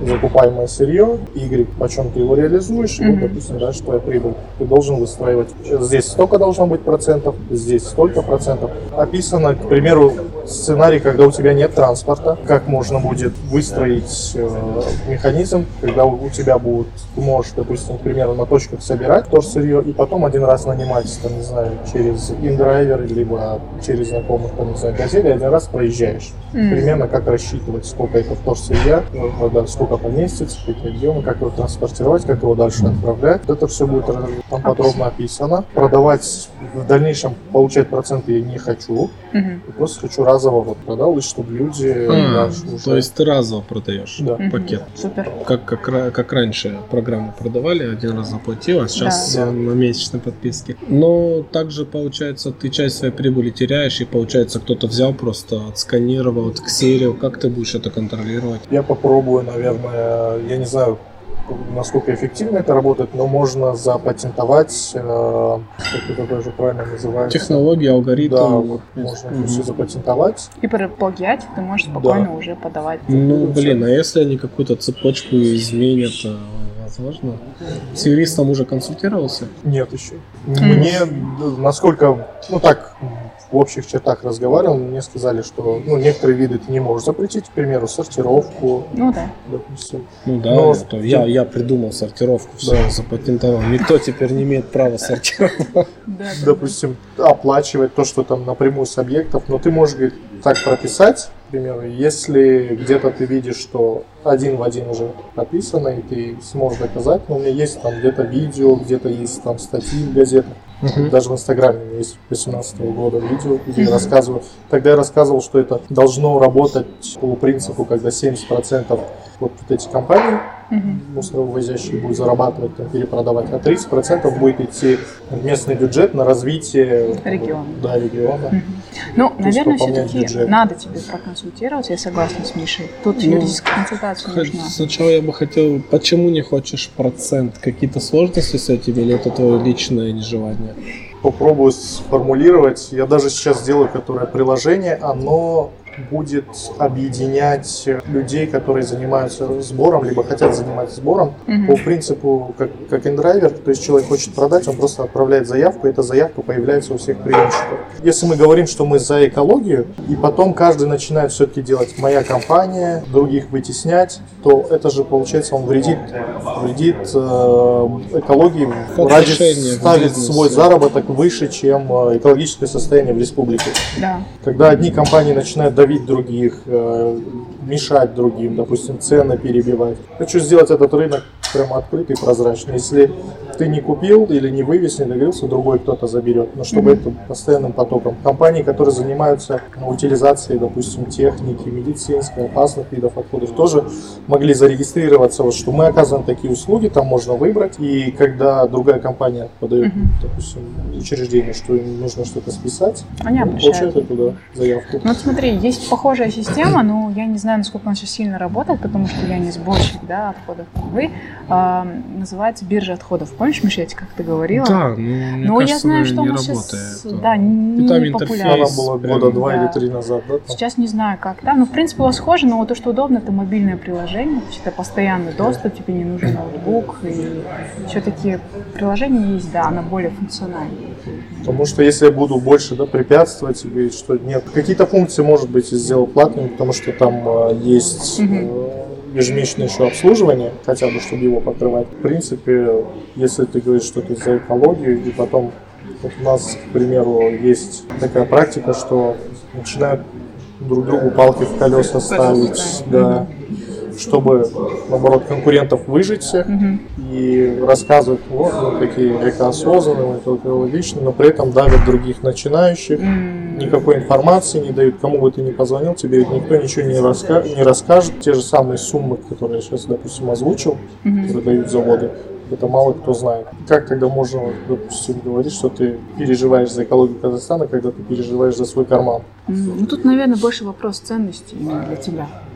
закупаемое сырье, Y, почем ты его реализуешь, и вот, допустим, дальше твоя прибыль. Ты должен выстраивать, здесь столько должно быть процентов, здесь столько процентов. Описано, к примеру, сценарий, когда у тебя нет транспорта, как можно будет выстроить э, механизм, когда у тебя будут, ты можешь, допустим, к примеру, на точках собирать то сырье и потом один раз нанимать, там, не знаю, через индрайвер, либо через знакомых, там, не знаю, газель, и один раз проезжаешь. Mm. Примерно как рассчитывать, сколько это вторсырья, сколько поместится, какие объемы, как его транспортировать, как его дальше отправлять. Это все будет там подробно описано. Продавать в дальнейшем, получать проценты я не хочу. Mm-hmm. Просто хочу разово вот продал, и чтобы люди... А, уже... То есть ты разово продаешь, да. Пакет. Супер. Как, как, как раньше программы продавали, один раз заплатил, а сейчас да. на месячной подписке. Но также получается, ты часть своей прибыли теряешь, и получается, кто-то взял просто, отсканировал, отксерил. Как ты будешь это контролировать? Я попробую, наверное, я не знаю, насколько эффективно это работает, но можно запатентовать, э, как это даже правильно называется. Технологии, алгоритм. Да, вот, можно mm-hmm. все запатентовать. И при плагиате ты можешь спокойно да. уже подавать. Ну, блин, а если они какую-то цепочку изменят, возможно? С юристом уже консультировался? Нет еще. Mm-hmm. Мне, насколько, ну так, в общих чертах разговаривал, мне сказали, что ну, некоторые виды ты не можешь запретить, к примеру, сортировку. Ну да. Допустим. Ну да, но, что я, я придумал сортировку, все, да. запатентовал. Никто теперь не имеет права сортировать. Допустим, оплачивать то, что там напрямую с объектов, но ты можешь, говорит, так прописать, к примеру, если где-то ты видишь, что один в один уже прописано, и ты сможешь доказать, но у меня есть там где-то видео, где-то есть там статьи в газетах. Uh-huh. Даже в Инстаграме у меня есть восемнадцатого года видео, где uh-huh. я рассказываю. Тогда я рассказывал, что это должно работать по принципу, когда семьдесят процентов вот, вот эти компании uh-huh. мусоровозящие будут зарабатывать, там, перепродавать, а тридцать процентов будет идти в местный бюджет на развитие региона. Да, региона. Uh-huh. Ну, то наверное, все-таки бюджет. Надо тебе проконсультироваться, я согласна с Мишей. Тут ну, юридическая консультация нужна. Сначала я бы хотел, почему не хочешь процент? Какие-то сложности с этим или это твое личное нежелание? Попробую сформулировать. Я даже сейчас делаю которое приложение, оно будет объединять людей, которые занимаются сбором, либо хотят заниматься сбором, mm-hmm. по принципу, как, как индрайвер, то есть человек хочет продать, он просто отправляет заявку, и эта заявка появляется у всех приемщиков. Если мы говорим, что мы за экологию, и потом каждый начинает все-таки делать моя компания, других вытеснять, то это же, получается, он вредит, вредит э, экологии, ради ставит свой заработок выше, чем экологическое состояние в республике. Да. Когда одни компании начинают давить других, э, мешать другим, допустим, цены перебивать. Хочу сделать этот рынок прямо открытый, прозрачный. Если ты не купил или не вывез, не договорился, другой кто-то заберет. Но чтобы mm-hmm. это постоянным потоком. Компании, которые занимаются утилизацией, допустим, техники, медицинской, опасных видов отходов, тоже могли зарегистрироваться, вот, что мы оказываем такие услуги, там можно выбрать. И когда другая компания подает, mm-hmm. допустим, учреждение, что им нужно что-то списать, они получают туда заявку. Ну вот смотри, есть похожая система, но я не знаю, насколько она сейчас сильно работает, потому что я не сборщик, да, отходов, как вы. А, называется биржа отходов. Помнишь, Мишель, как ты говорила? Да, ну, но кажется, я знаю, что не она работает. Сейчас, да, не популярна. Она была года два да. или три назад, да? Сейчас не знаю как, да, ну в принципе у вас схоже, но вот то, что удобно, это мобильное приложение, то есть это постоянный доступ, тебе не нужен ноутбук, и все-таки приложение есть, да, оно более функциональное. Потому что если я буду больше да, препятствовать и говорить, что нет, какие-то функции, может быть, я сделал платными, потому что там э, есть э, ежемесячное еще обслуживание, хотя бы, чтобы его покрывать. В принципе, если ты говоришь, что ты за экологию, и потом вот у нас, к примеру, есть такая практика, что начинают друг другу палки в колеса ставить, да, чтобы, наоборот, конкурентов выжить всех mm-hmm. и рассказывать, вот, мы такие экоосознанные, экологичные, но при этом давят других начинающих, mm-hmm. никакой информации не дают, кому бы ты ни позвонил, тебе никто ничего не, раска- не расскажет. Те же самые суммы, которые я сейчас, допустим, озвучил, mm-hmm. которые дают заводы, это мало кто знает. Как тогда можно, допустим, говорить, что ты переживаешь за экологию Казахстана, когда ты переживаешь за свой карман? Mm-hmm. Ну тут, наверное, больше вопрос ценностей для тебя.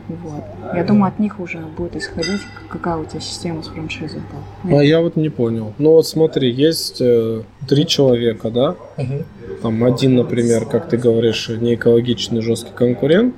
Вот. Я думаю, от них уже будет исходить, какая у тебя система с франшизой. А я вот не понял. Ну вот смотри, есть э, три человека, да? Угу. Там один, например, как ты говоришь, не экологичный жесткий конкурент,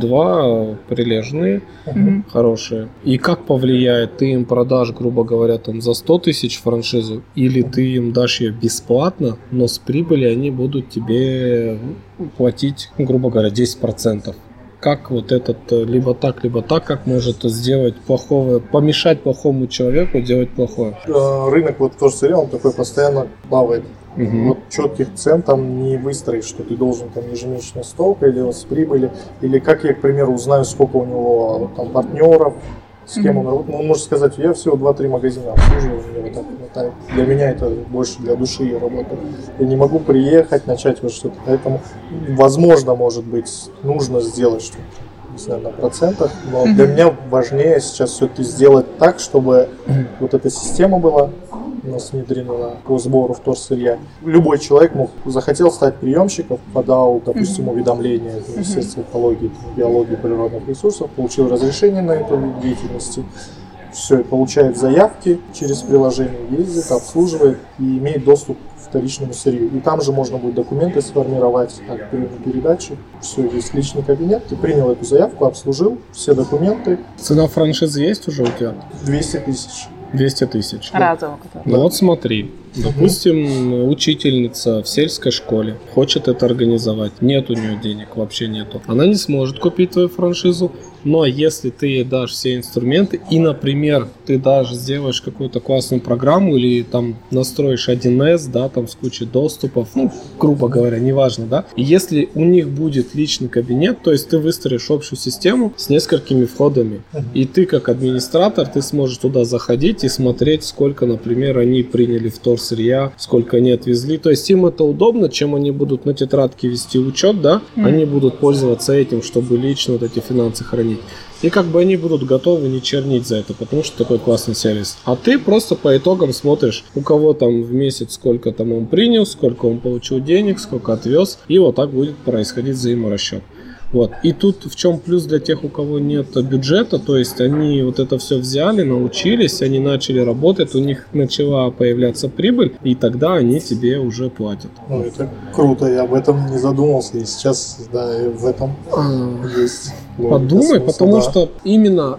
два прилежные, Угу. хорошие. И как повлияет, ты им продашь, грубо говоря, там за сто тысяч франшизу, или ты им дашь ее бесплатно, но с прибыли они будут тебе платить, грубо говоря, десять процентов. Как вот этот, либо так, либо так, как может сделать плохого, помешать плохому человеку делать плохое? Рынок вот тоже сырья, он такой постоянно плавает. Угу. Вот четких цен там не выстроить, что ты должен там ежемесячно столько или с прибыли, или как я, к примеру, узнаю, сколько у него там партнеров, с кем он работает. Ну, он может сказать, я всего два-три магазина обслуживаю, мне вот так хватает. Для меня это больше для души я работаю. Я не могу приехать, начать вот что-то. Поэтому, возможно, может быть, нужно сделать что-то, не знаю, на процентах. Но mm-hmm. для меня важнее сейчас все-таки сделать так, чтобы вот эта система была у нас внедрена по сбору вторсырья. Любой человек мог, захотел стать приемщиком, подал, допустим, уведомление в Министерство экологии, биологии, природных ресурсов, получил разрешение на эту вид деятельности. Все, получает заявки через приложение, ездит, обслуживает и имеет доступ к вторичному сырью. И там же можно будет документы сформировать, как приемной передачи. Все, есть личный кабинет, ты принял эту заявку, обслужил, все документы. Цена франшизы есть уже у тебя? двести тысяч. двести тысяч. Разово. Ну вот смотри, допустим, учительница в сельской школе хочет это организовать, нет у нее денег, вообще нету. Она не сможет купить твою франшизу, но если ты ей дашь все инструменты и, например, ты даже сделаешь какую-то классную программу или там настроишь один эс, да, там с кучей доступов, ну, грубо говоря, неважно, да, и если у них будет личный кабинет, то есть ты выстроишь общую систему с несколькими входами, и ты как администратор, ты сможешь туда заходить и смотреть, сколько, например, они приняли вторсырья, сколько они отвезли. То есть им это удобно, чем они будут на тетрадке вести учет, да, mm. они будут пользоваться этим, чтобы лично вот эти финансы хранить. И как бы они будут готовы не чернить за это, потому что такой классный сервис. А ты просто по итогам смотришь, у кого там в месяц сколько там он принял, сколько он получил денег, сколько отвез, и вот так будет происходить взаиморасчет. Вот. И тут в чем плюс для тех, у кого нет бюджета, то есть они вот это все взяли, научились, они начали работать, у них начала появляться прибыль, и тогда они тебе уже платят. Ну, это круто, я об этом не задумывался, и сейчас, да, и в этом а, есть. Подумай, смысл, потому да. что именно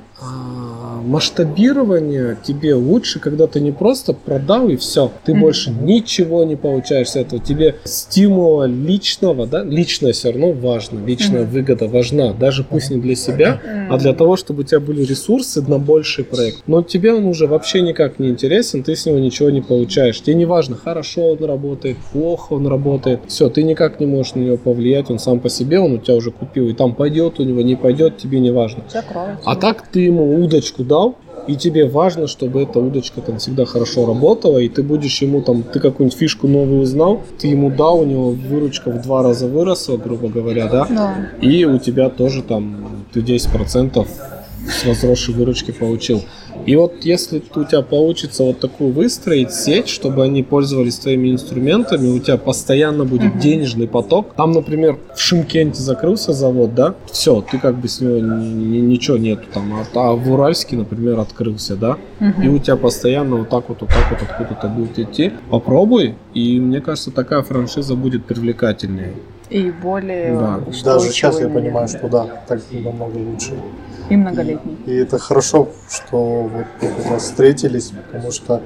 а, масштабирование тебе лучше, когда ты не просто продал и все, ты mm-hmm. больше ничего не получаешь с этого, тебе стимула личного, да, личное все равно важно, личная mm-hmm. выгода важна, даже пусть не для себя, mm-hmm. а для того, чтобы у тебя были ресурсы на больший проект. Но тебе он уже вообще никак не интересен, ты с него ничего не получаешь. Тебе не важно, хорошо он работает, плохо он работает, все, ты никак не можешь на него повлиять, он сам по себе, он у тебя уже купил, и там пойдет у него, не пойдет, тебе не важно. А так ты ему удочку дал, и тебе важно, чтобы эта удочка там всегда хорошо работала, и ты будешь ему там, ты какую-нибудь фишку новую узнал, ты ему дал, у него выручка в два раза выросла, грубо говоря, да? Да. И у тебя тоже там ты десять процентов с возросшей выручки получил. И вот если у тебя получится вот такую выстроить сеть, чтобы они пользовались твоими инструментами, у тебя постоянно будет uh-huh. денежный поток. Там, например, в Шымкенте закрылся завод, да, все, ты как бы с него ни, ни, ничего нету там, а, а в Уральске, например, открылся, да, uh-huh. и у тебя постоянно вот так вот, вот так вот откуда-то будет идти. Попробуй, и мне кажется, такая франшиза будет привлекательнее. И более да. Даже сейчас я понимаю, что да, так намного лучше. И многолетний. И это хорошо, что вот как раз встретились, потому что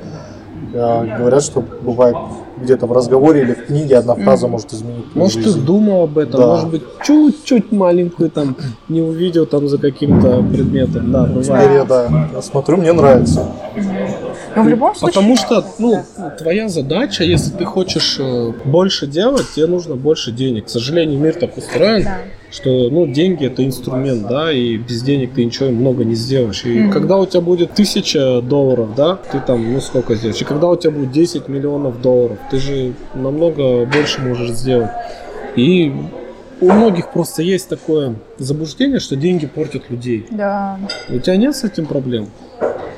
э, говорят, что бывает где-то в разговоре или в книге одна фраза mm. может изменить. Может, жизнь. ты думал об этом, да. может быть, чуть-чуть маленькую там не увидел там за каким-то предметом, да, бывает. Теперь я, да, я смотрю, мне нравится. Но в любом случае... Потому что, ну, твоя задача, если ты хочешь больше делать, тебе нужно больше денег. К сожалению, мир так устроен, да. что, ну, деньги это инструмент, да, и без денег ты ничего много не сделаешь. И mm-hmm. когда у тебя будет тысяча долларов, да, ты там, ну, сколько сделаешь? И когда у тебя будет десять миллионов долларов, ты же намного больше можешь сделать. И у многих просто есть такое заблуждение, что деньги портят людей. Да. У тебя нет с этим проблем?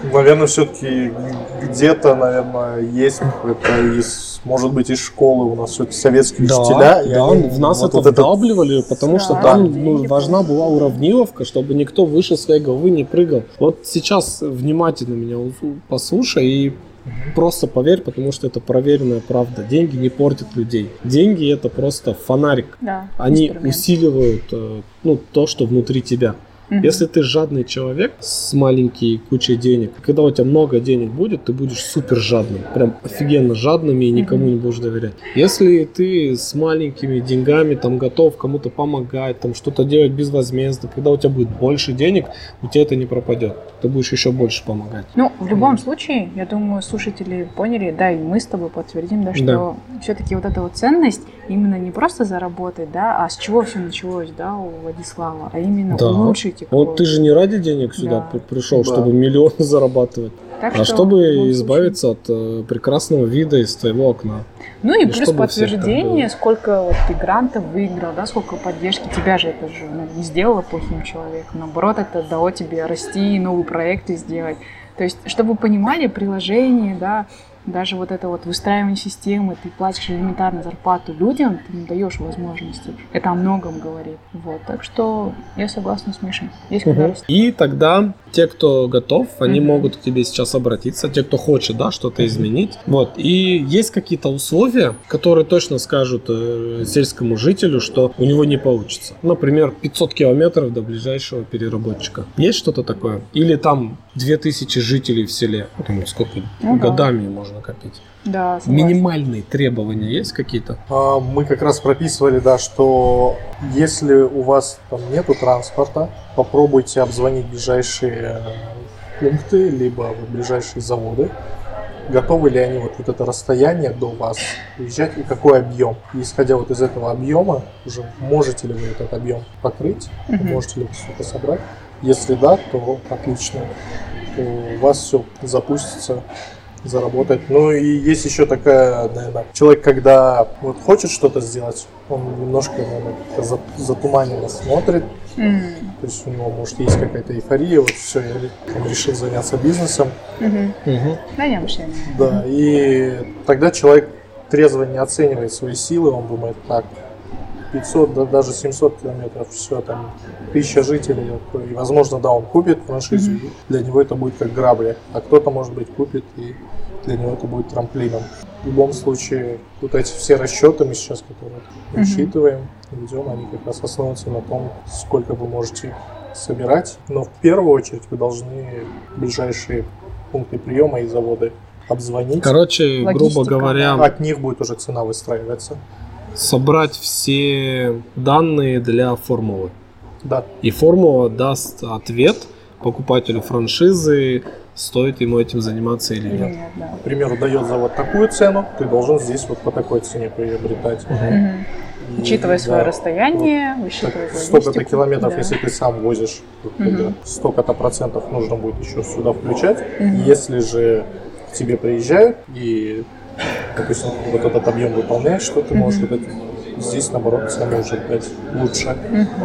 Наверное, все-таки где-то, наверное, есть это из, может быть, из школы у нас все-таки советские Да, учителя. да, они, в нас вот, это вот это вдавливали, потому что Да. там ну, важна была уравниловка, чтобы никто выше своей головы не прыгал. Вот сейчас внимательно меня у- послушай и просто поверь, потому что это проверенная правда. Деньги не портят людей. Деньги это просто фонарик. Да, Они инструмент. усиливают э, ну, то, что внутри тебя. Мгм. Если ты жадный человек с маленькой кучей денег, когда у тебя много денег будет, ты будешь супер жадным. Прям офигенно жадным и никому не будешь доверять. Если ты с маленькими деньгами там готов кому-то помогать, там что-то делать безвозмездно, когда у тебя будет больше денег, у тебя это не пропадет. Ты будешь еще больше помогать. Ну, в любом случае, я думаю, слушатели поняли, да, и мы с тобой подтвердим, да, что все-таки вот эта вот ценность именно не просто заработать, да, а с чего все началось, да, у Владислава, а именно Да. улучшить его. Вот ты же не ради денег сюда Да. при- пришел, Да. чтобы миллионы зарабатывать, Так а что в чтобы любом избавиться от э, прекрасного вида из твоего окна. Ну и И плюс чтобы у всех так подтверждение, было. сколько вот ты грантов выиграл, да, сколько поддержки. Тебя же это же ну, не сделало плохим человеком. Наоборот, это дало тебе расти, новые проекты сделать. То есть, чтобы вы понимали, приложение, да, даже вот это вот выстраивание системы, ты платишь элементарно зарплату людям, ты им даешь возможности. Это о многом говорит. Вот, так что я согласна с Мишей. Есть куда Мгм. расти. И тогда те, кто готов, они Мгм. могут к тебе сейчас обратиться, те, кто хочет, да, что-то изменить. Вот. И есть какие-то условия, которые точно скажут э, сельскому жителю, что у него не получится. Например, пятьсот километров до ближайшего переработчика. Есть что-то такое? Или там две тысячи жителей в селе? Ну, сколько Ну да. годами можно копить? Да, согласна. Минимальные требования есть какие-то? А, Мы как раз прописывали, да, что если у вас там нету транспорта, попробуйте обзвонить ближайшие э, пункты, либо вот ближайшие заводы. Готовы ли они вот, вот это расстояние до вас уезжать и какой объем? И исходя вот из этого объема, уже можете ли вы этот объем покрыть, Мгм. можете ли вы что-то собрать? Если да, то отлично, то у вас все запустится, заработать. Ну и есть еще такая, наверное, человек, когда вот хочет что-то сделать, он немножко, наверное, как-то за- затуманенно смотрит, М. то есть у него, может, есть какая-то эйфория, вот все, я там решил заняться бизнесом, Мгм. Угу. Даем всем. да, и тогда человек трезво не оценивает свои силы, он думает, так, пятьсот, да, даже семьсот километров, все, там, тысяча жителей, и, возможно, да, он купит франшизу, и для него это будет как грабли, а кто-то, может быть, купит, и для него это будет трамплином. В любом случае, вот эти все расчеты мы сейчас, которые Мгм. учитываем, ведем, они как раз основываются на том, сколько вы можете собирать, но в первую очередь вы должны ближайшие пункты приема и заводы обзвонить, Короче, грубо Логистика, говоря, от них будет уже цена выстраиваться. собрать все данные для формулы. Да, И формула даст ответ покупателю франшизы, стоит ему этим заниматься или Или нет. нет, да. к примеру, дает завод такую цену, ты должен здесь вот по такой цене приобретать. Мгм. И, Учитывая свое да, расстояние, так, высчитывая столько-то логистику. километров, Да. если ты сам возишь, вот Мгм. тогда столько-то процентов нужно будет еще сюда включать. Мгм. Если же к тебе приезжают и, допустим, вот этот объем выполняешь, что ты можешь вот это, здесь, наоборот, цены уже дать лучше.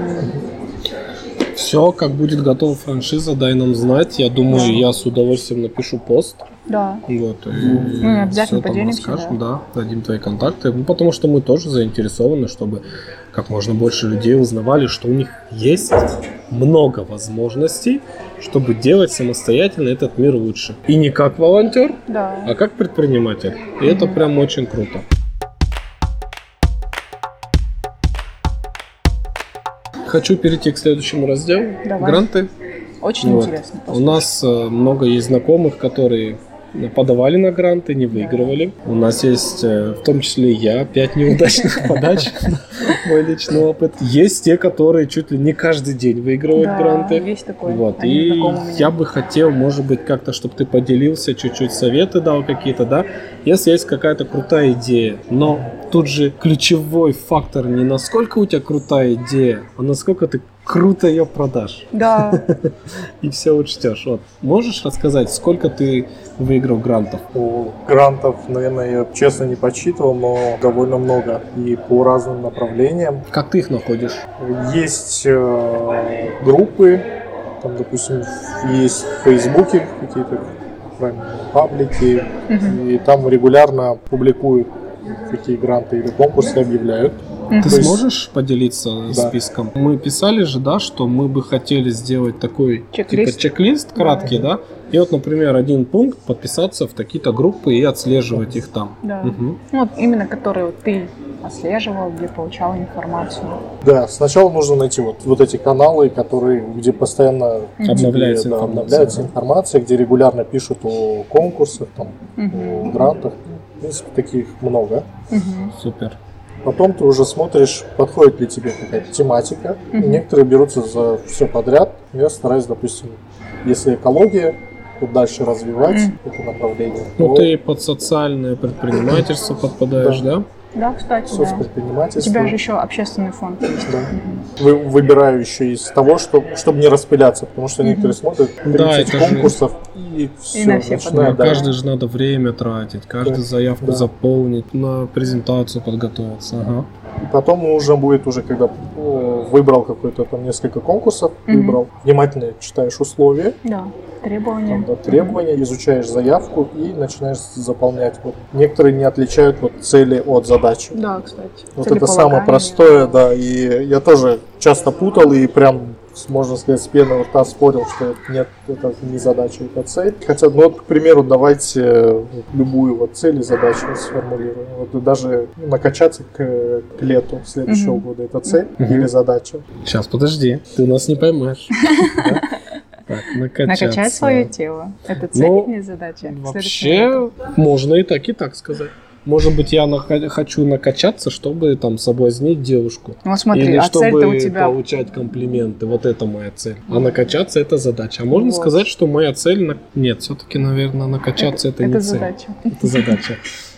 Все, как будет готова франшиза, дай нам знать. Я думаю, я с удовольствием напишу пост. Да. Вот, и Мы обязательно всё там поделимся, расскажем, да. Дадим твои контакты. Ну, потому что мы тоже заинтересованы, чтобы как можно больше людей узнавали, что у них есть много возможностей, чтобы делать самостоятельно этот мир лучше. И не как волонтер, Да. а как предприниматель. И это прям очень круто. Хочу перейти к следующему разделу. Давай. Гранты. Очень Вот. интересно. У нас э, много есть знакомых, которые подавали на гранты, не выигрывали. У нас есть, э, в том числе и я, пять неудачных подач. Мой личный опыт. Есть те, которые чуть ли не каждый день выигрывают Да, гранты. есть такое. Вот. Они И знакомы у меня. я бы хотел, может быть, как-то, чтобы ты поделился, чуть-чуть советы дал какие-то, да? Если есть какая-то крутая идея, но тут же ключевой фактор не насколько у тебя крутая идея, а насколько ты круто ее продашь. Да. И все учтешь. Вот. Можешь рассказать, сколько ты выиграл грантов? По грантов, наверное, я честно не подсчитывал, но довольно много. И по разным направлениям. Как ты их находишь? Есть э, группы, Там, допустим, есть в Фейсбуке какие-то правильно, паблики, uh-huh. и там регулярно публикуют, какие гранты или конкурсы объявляют. Ты То есть... сможешь поделиться да. списком? Мы писали же, да, что мы бы хотели сделать такой чек-лист, типа, чек-лист краткий, да. да? И вот, например, один пункт подписаться в такие-то группы и отслеживать их там. Да. Угу. Ну, вот именно которые вот ты отслеживал, где получал информацию. Да, сначала нужно найти вот, вот эти каналы, которые, где постоянно обновляется, где, информация, да, обновляется да. информация, где регулярно пишут о конкурсах, там, угу. о грантах. В принципе, таких много. Угу. Супер. Потом ты уже смотришь, подходит ли тебе какая-то тематика. Mm-hmm. И некоторые берутся за все подряд. Я стараюсь, допустим, если экология, то дальше развивать mm-hmm. это направление. Ну, то... ты под социальное предпринимательство подпадаешь, да? да? Да, кстати, да. У тебя же еще общественный фонд есть. Да. Вы, выбираю еще из того, что, чтобы не распыляться, потому что некоторые mm-hmm. смотрят тридцать да, конкурсов же... и все. И на все начинают, да. Каждый же надо время тратить, каждую да. заявку да. заполнить, на презентацию подготовиться. Ага. И потом уже будет, уже когда выбрал какой-то там несколько конкурсов, mm-hmm. выбрал, внимательно читаешь условия. Да. Требования. Да, требования, mm-hmm. изучаешь заявку и начинаешь заполнять. Вот. Некоторые не отличают вот, цели от задачи. Да, кстати. Вот это самое простое, да. И я тоже часто путал и прям, можно сказать, с пены у рта спорил, что нет, это не задача, это цель. Хотя, ну вот, к примеру, давайте любую вот цель и задачу сформулируем. Вот даже накачаться к, к лету следующего mm-hmm. года, это цель mm-hmm. или задача? Сейчас, подожди, ты нас не поймешь. Так, накачать свое тело. Это цель ну, или задача? Вообще, можно и так, и так сказать. Может быть, я на- хочу накачаться, чтобы там соблазнить девушку. Ну, смотри, или а чтобы цель-то у тебя... получать комплименты. Вот это моя цель. А накачаться это задача. А можно вот. сказать, что моя цель... На... Нет, все-таки, наверное, накачаться это, это, это не задача. цель. Это задача.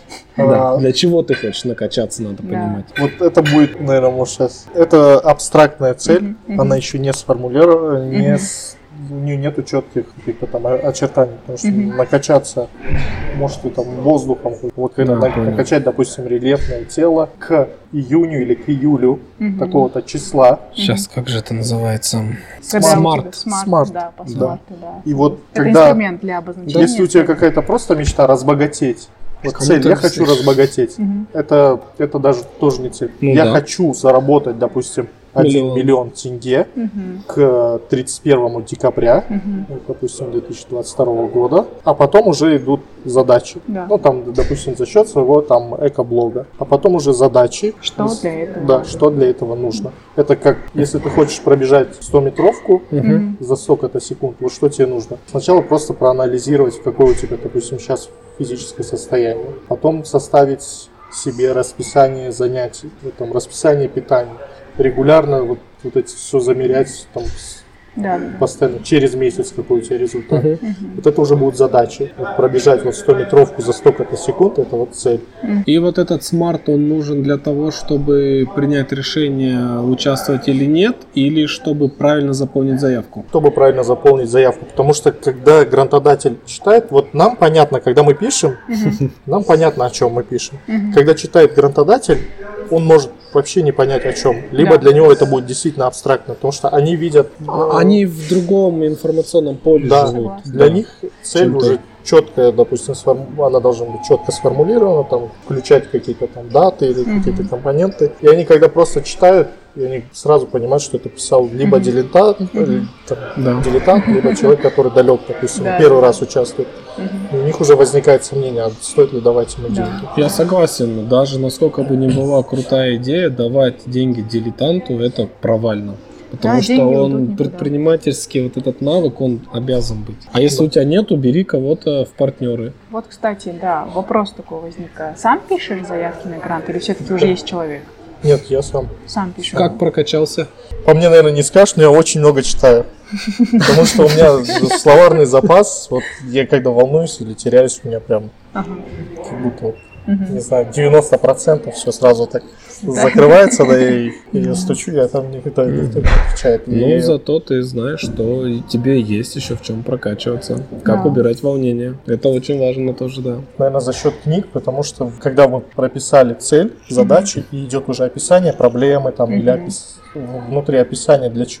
Да. Для чего ты хочешь накачаться, надо понимать. Вот это будет, наверное, может сейчас... Это абстрактная цель. Она еще не сформулирована, не у нее нету четких каких-то там очертаний, потому что mm-hmm. накачаться может и там воздухом, вот когда да, на, накачать, допустим, рельефное тело к июню или к июлю mm-hmm. такого-то числа. Сейчас mm-hmm. как же это называется? Смарт. Смарт. Да, по смарту, да. И вот это когда, инструмент для обозначения. Если у тебя какая-то просто мечта разбогатеть, вот цель, я хочу разбогатеть, mm-hmm. это, это даже тоже не цель. Ну, я да. хочу заработать, допустим, один миллион, миллион тенге uh-huh. к тридцать первому декабря, uh-huh. допустим, две тысячи двадцать второго года, а потом уже идут задачи. Да. Ну, там, допустим, за счет своего там экоблога. А потом уже задачи. Что с... для этого? Да, нужно. Что для этого нужно. Это как, если ты хочешь пробежать сто-метровку uh-huh. за столько-то секунд, вот что тебе нужно? Сначала просто проанализировать, какое у тебя, допустим, сейчас физическое состояние. Потом составить себе расписание занятий, там, расписание питания. Регулярно вот, вот эти все замерять там, да, да. постоянно, через месяц какой у тебя результат. Uh-huh. Вот это уже будут задачи. Вот пробежать вот сто-метровку за столько-то секунд, это вот цель. И вот этот смарт, он нужен для того, чтобы принять решение, участвовать или нет, или чтобы правильно заполнить заявку? Чтобы правильно заполнить заявку, потому что когда грантодатель читает, вот нам понятно, когда мы пишем, uh-huh. нам понятно, о чем мы пишем. Uh-huh. Когда читает грантодатель, он может вообще не понять о чем. Либо да. для него это будет действительно абстрактно, потому что они видят... Они в другом информационном поле да, живут. Для да. них цель Чем-то. уже четкая, допустим, сформ... она должна быть четко сформулирована, там, включать какие-то там даты или mm-hmm. какие-то компоненты. И они, когда просто читают, и они сразу понимают, что это писал либо mm-hmm. дилетант, mm-hmm. там, да. дилетант, либо человек, который далек, допустим, да. первый раз участвует. Mm-hmm. У них уже возникает сомнение, а стоит ли давать ему деньги. Да. Я согласен, даже насколько бы ни была крутая идея, давать деньги дилетанту, это провально. Потому да, что он предпринимательский вот этот навык, он обязан быть. А если да. у тебя нету, бери кого-то в партнеры. Вот, кстати, да, вопрос такой возник. Сам пишешь заявки на грант или все-таки уже есть человек? Нет, я сам. Сам пишу. Как прокачался? По мне, наверное, не скажешь, но я очень много читаю. Потому что у меня словарный запас, вот я когда волнуюсь или теряюсь, у меня прям как будто, не знаю, девяносто процентов все сразу так закрывается, да, и я стучу, я там никто не отвечает. Ну, зато ты знаешь, что тебе есть еще в чем прокачиваться, как убирать волнение. Это очень важно тоже, да. Наверное, за счет книг, потому что когда мы прописали цель, задачи, и идет уже описание проблемы, там, или опис... внутри описания, для чего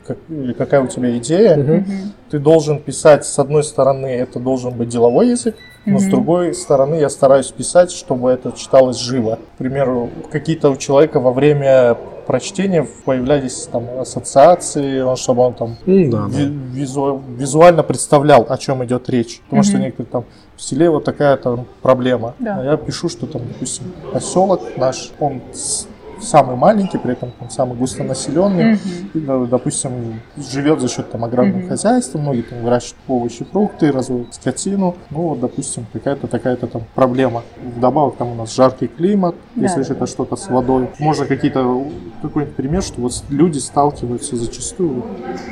как, или какая у тебя идея, Мгм. ты должен писать, с одной стороны, это должен быть деловой язык, но с Мгм. другой стороны я стараюсь писать, чтобы это читалось живо. К примеру, какие-то у человека во время прочтения появлялись там ассоциации, он, чтобы он там Ну да, да. ви- визу- визуально представлял, о чем идет речь. Потому что Мгм. некоторые там в селе вот такая там проблема. Да. А я пишу, что там, допустим, поселок наш, он с- самый маленький, при этом он самый густонаселенный. Мгм. И, да, допустим, живет за счет там аграрного Мгм. хозяйства, многие там выращивают овощи, фрукты, разводят скотину. Ну, вот, допустим, какая-то такая-то там проблема. Вдобавок там у нас жаркий климат, Да, если да, же да. это что-то с водой. Можно какие-то, какой-нибудь пример, что вот люди сталкиваются зачастую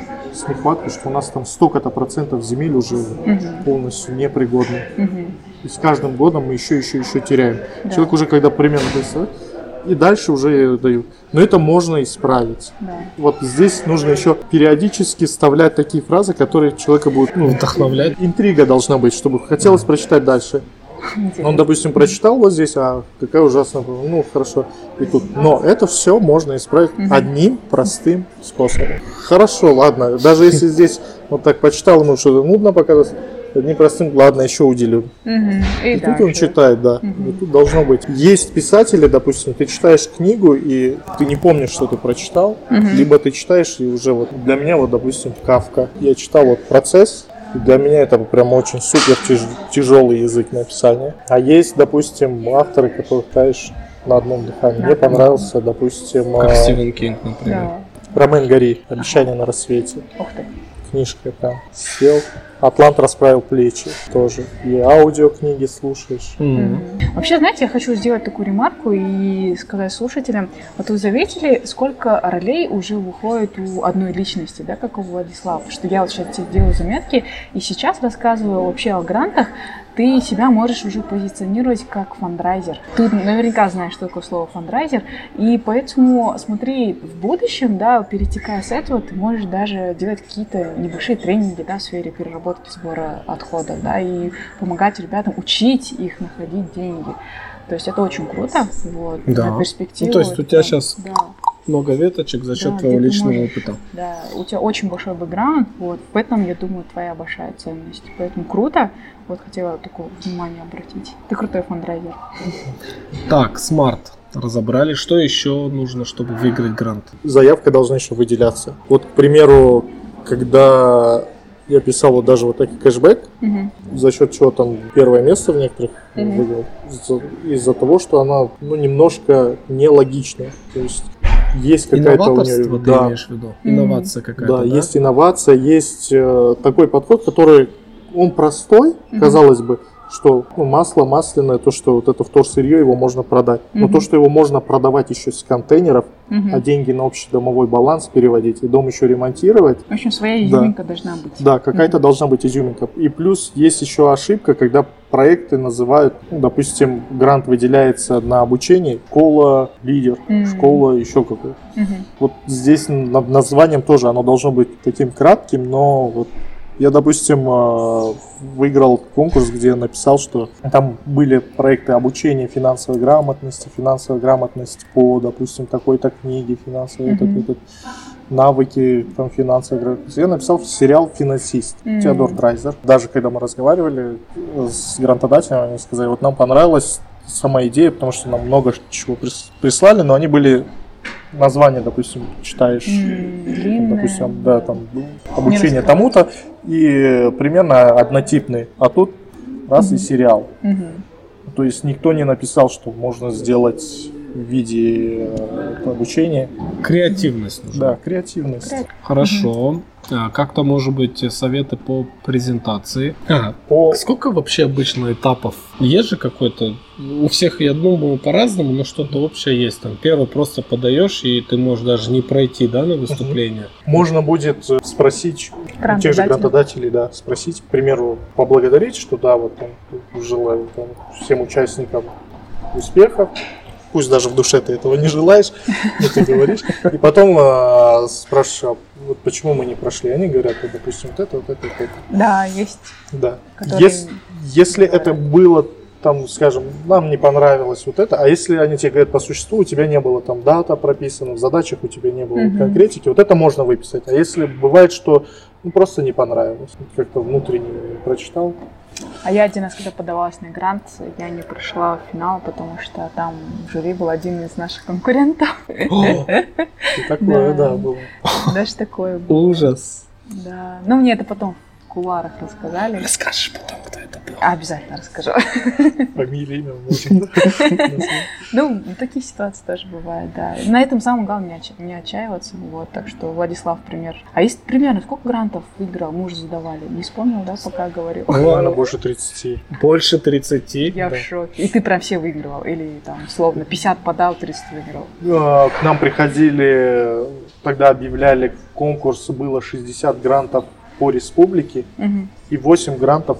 с нехваткой, что у нас там столько-то процентов земель уже Мгм. полностью непригодны. Мгм. И с каждым годом мы еще, еще, еще теряем. Да. Человек уже, когда примерно представляет, и дальше уже я даю. Но это можно исправить. Да. Вот здесь нужно еще периодически вставлять такие фразы, которые человека будут, ну, Вдохновлять. интрига должна быть, чтобы хотелось прочитать дальше. Он, допустим, прочитал вот здесь, а какая ужасная, ну, хорошо, и тут. Но это все можно исправить Мгм. одним простым способом. Хорошо, ладно, даже если здесь вот так почитал, ему что-то нудно показалось, одним простым, ладно, еще уделю. Мгм. И, И тут он дальше. читает, да. Мгм. И тут должно быть. Есть писатели, допустим, ты читаешь книгу, и ты не помнишь, что ты прочитал, Мгм. либо ты читаешь, и уже вот для меня, вот, допустим, Кафка. Я читал вот «Процесс», и для меня это прям очень супер тяж- тяжелый язык написания. А есть, допустим, авторы, которых читаешь на одном дыхании. Мне понравился, допустим, Как а, Стивен Кинг, например. Да. Ромэн Гори «Обещание на рассвете». Ух ты. Книжка прям сел. «Атлант расправил плечи» тоже. И аудиокниги слушаешь. Мгм. Вообще, знаете, я хочу сделать такую ремарку и сказать слушателям, вот вы заметили, сколько ролей уже выходит у одной личности, да, как у Владислава, что я вот сейчас делаю заметки и сейчас рассказываю вообще о грантах, ты себя можешь уже позиционировать как фандрайзер. Ты наверняка знаешь, что такое слово фандрайзер, и поэтому, смотри, в будущем, да, перетекая с этого, ты можешь даже делать какие-то небольшие тренинги, да, в сфере переработки, сбора отходов, да, и помогать ребятам, учить их находить деньги. То есть это очень круто, вот, Да. на перспективу. Ну, то есть у тебя это- сейчас да. много веточек за счет Да, твоего где ты личного можешь- опыта. Да, у тебя очень большой бэкграунд, вот, в этом, я думаю, твоя большая ценность. Поэтому круто, вот хотела такое внимание обратить. Ты крутой фандрайзер. Так, смарт. Разобрали. Что еще нужно, чтобы выиграть грант? Заявка должна еще выделяться. Вот, к примеру, когда я писал вот даже вот такой кэшбэк, Мгм. за счет чего там первое место в некоторых Мгм. выиграл, из-за, из-за того, что она, ну, немножко нелогичная. То есть есть какая-то у Инноваторство нее... ты Да, имеешь в виду? Мгм. Инновация какая-то, да, да? есть инновация, есть э, такой подход, который, он простой, Мгм. казалось бы, что ну, масло масляное, то, что вот это вторсырье, его можно продать. Но Мгм. то, что его можно продавать еще с контейнеров, Мгм. а деньги на общий домовой баланс переводить и дом еще ремонтировать, В общем, своя Да. изюминка должна быть. да, какая-то Мгм. должна быть изюминка. И плюс есть еще ошибка, когда проекты называют, ну, допустим, грант выделяется на обучение, школа, лидер, Мгм. школа, еще какой-то. Мгм. Вот здесь над названием тоже оно должно быть таким кратким, но вот я, допустим, э, выиграл конкурс, где я написал, что там были проекты обучения финансовой грамотности, финансовая грамотность по, допустим, такой-то книге, финансовой Мгм. этот, этот, навыки там, финансовой грамотности. Я написал сериал «Финансист» Мгм. Теодор Драйзер. Даже когда мы разговаривали с грантодателем, они сказали, вот нам понравилась сама идея, потому что нам много чего прис- прислали, но они были названия, допустим, читаешь, М, длинное. допустим, да, там обучение раскрывается. тому-то, и примерно однотипный, а тут раз и сериал. Мгм. То есть никто не написал, что можно сделать в виде э, обучения. Креативность нужна. Да, креативность. Хорошо. А, Как-то, может быть, советы по презентации. Ага. По... Сколько вообще обычно этапов? Есть же какой-то... У всех, я думаю, по-разному, но что-то общее есть. Там первый просто подаешь, и ты можешь даже не пройти, да, на выступление. Можно будет э, спросить у тех же Грантодателя. грантодателей, да, спросить, к примеру, поблагодарить, что да, вот там, желаю там, всем участникам успехов. Пусть даже в душе ты этого не желаешь, но ты говоришь. И потом э, спрашиваешь, а вот почему мы не прошли. Они говорят, вот, допустим, вот это, вот это, вот это. Да, есть. Да. Которые Ес- если это было там, скажем, нам не понравилось вот это, а если они тебе говорят по существу, у тебя не было там дата прописана, в задачах у тебя не было mm-hmm. конкретики, вот это можно выписать. А если бывает, что ну, просто не понравилось, как-то внутренне прочитал. А я один раз, когда подавалась на грант, я не прошла в финал, потому что там в жюри был один из наших конкурентов. О, такое, да, было. Даже такое было. Ужас. Да, ну мне это потом в кулуарах рассказали. Расскажешь потом, кто это был. Обязательно расскажу. Фамилия, имя, можно. Ну, такие ситуации тоже бывают, да. На этом самое главное не отчаиваться, вот, так что Владислав пример. А есть примерно сколько грантов выиграл, мы уже задавали, не вспомнил, да, пока говорил? Наверное, больше тридцати. Больше тридцати? Я в шоке. И ты прям все выигрывал, или там, словно, пятьдесят подал, тридцать выиграл? К нам приходили, тогда объявляли конкурс, было шестьдесят грантов по республике, угу. и восемь грантов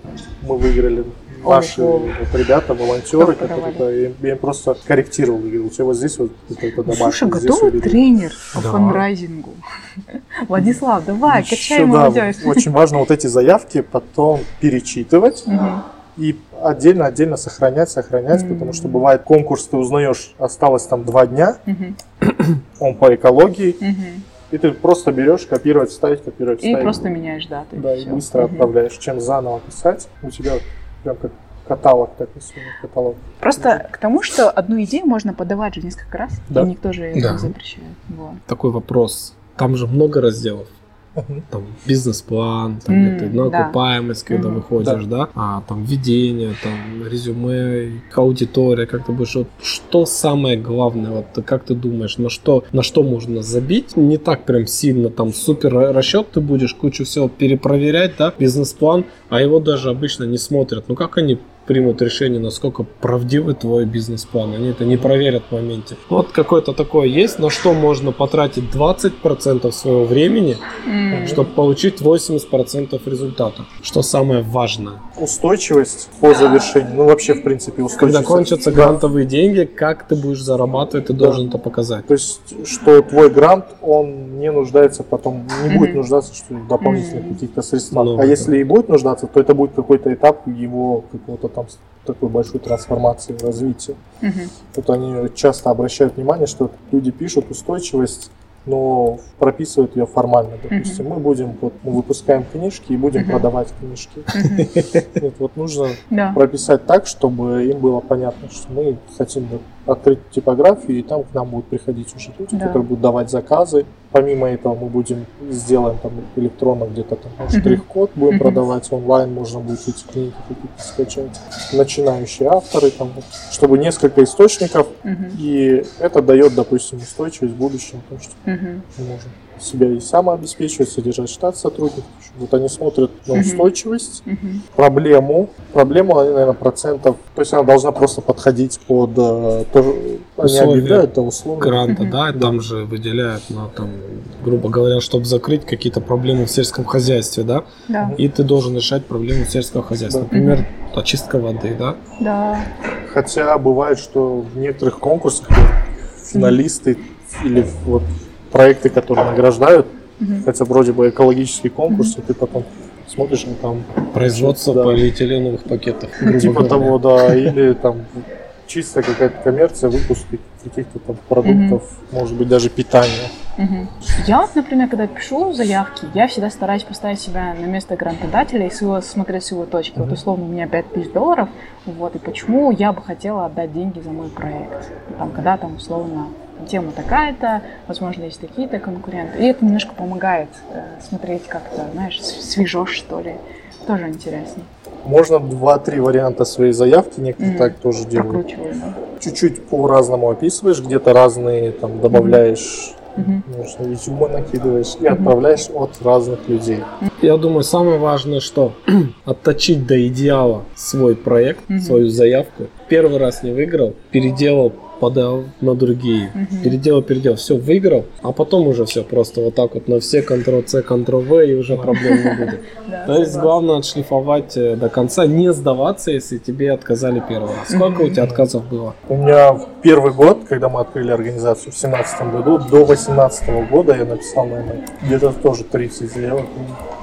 мы выиграли. Наши вот, ребята, волонтеры, которые я им просто корректировал, говорил, у тебя вот здесь вот это домашнее. Слушай, готовый тренер по да. фанрайзингу. Владислав, давай, еще, качай да, молодежь. Очень важно вот эти заявки потом перечитывать. Угу. И отдельно-отдельно сохранять, сохранять, mm-hmm. потому что бывает конкурс, ты узнаешь, осталось там два дня, mm-hmm. он по экологии, mm-hmm. и ты просто берешь, копировать, ставить, копировать, и ставить. И просто меняешь даты. Да, и, и быстро mm-hmm. отправляешь. Чем заново писать, у тебя прям как каталог такой, каталог. Просто mm-hmm. к тому, что одну идею можно подавать же несколько раз, да. и никто же это да. не запрещает. Вот. Такой вопрос. Там же много разделов. Uh-huh. Там бизнес-план, там mm, где-то на да. окупаемость, когда mm-hmm. выходишь, да. да, а там введение, там резюме, аудитория, как ты будешь, вот, что самое главное, вот как ты думаешь, на что, на что можно забить, не так прям сильно, там супер расчет ты будешь, кучу всего перепроверять, да, бизнес-план, а его даже обычно не смотрят, ну как они примут решение, насколько правдивый твой бизнес-план. Они это не проверят в моменте. Вот какое-то такое есть, на что можно потратить двадцать процентов своего времени, mm. чтобы получить восемьдесят процентов результата. Что самое важное? Устойчивость по завершению. Ну, вообще, в принципе, устойчивость. Когда кончатся грантовые деньги, как ты будешь зарабатывать, ты да. должен это показать. То есть, что твой грант, он не нуждается потом, не mm-hmm. будет нуждаться что в дополнительных mm-hmm. каких-то средствах. Ну, а если и будет нуждаться, то это будет какой-то этап его какого-то там такой большой трансформации, развития. Uh-huh. Вот они часто обращают внимание, что люди пишут устойчивость, но прописывают ее формально. Допустим, uh-huh. мы будем, вот, мы выпускаем книжки и будем uh-huh. продавать книжки. Uh-huh. Нет, вот нужно yeah. прописать так, чтобы им было понятно, что мы хотим открыть типографию, и там к нам будут приходить уже люди, да. которые будут давать заказы. Помимо этого мы будем сделаем там электронно где-то там uh-huh. штрих-код, будем uh-huh. продавать онлайн, можно будет эти книги какие-то скачать. Начинающие авторы, там, чтобы несколько источников, uh-huh. и это дает, допустим, устойчивость в будущем, потому что uh-huh. мы можем себя и самообеспечивать, содержать штат сотрудников. Вот они смотрят на устойчивость, uh-huh. проблему. Проблему, они, наверное, процентов, то есть она должна просто подходить под то, они объявляют, да, условия гранта, uh-huh. да, и там же выделяют, на, там, грубо говоря, чтобы закрыть какие-то проблемы в сельском хозяйстве, да, да. и ты должен решать проблемы сельского хозяйства, да. например, uh-huh. очистка воды, да. Да. Хотя бывает, что в некоторых конкурсах финалисты uh-huh. или вот проекты, которые награждают, uh-huh. хотя вроде бы экологический конкурс, uh-huh. и ты потом смотришь, ну там... Производство да, полиэтиленовых пакетов. Типа того, да, или там чистая какая-то коммерция, выпуск каких-то там продуктов, uh-huh. может быть, даже питания. Uh-huh. Я вот, например, когда пишу заявки, я всегда стараюсь поставить себя на место грантодателя и с его, смотреть с его точки. Uh-huh. Вот условно у меня пять тысяч долларов, вот, и почему я бы хотела отдать деньги за мой проект. Там, когда там условно тема такая-то, возможно, есть такие-то конкуренты. И это немножко помогает э, смотреть как-то, знаешь, свежо, что ли. Тоже интересно. Можно два-три варианта своей заявки, некоторые mm-hmm. так тоже делают. Да. Чуть-чуть по-разному описываешь, где-то разные там добавляешь, mm-hmm. может, резюме накидываешь и mm-hmm. отправляешь от разных людей. Я думаю, самое важное, что отточить до идеала свой проект, mm-hmm. свою заявку. Первый раз не выиграл, переделал, подал на другие, uh-huh. переделал, переделал, все выиграл, а потом уже все просто вот так вот на все контрол-C, контрол-V и уже проблем не будет. То есть главное отшлифовать до конца, не сдаваться, если тебе отказали первый раз. Сколько у тебя отказов было? У меня в первый год, когда мы открыли организацию в семнадцатом году, до восемнадцатого года я написал, наверное, где-то тоже тридцать заявок.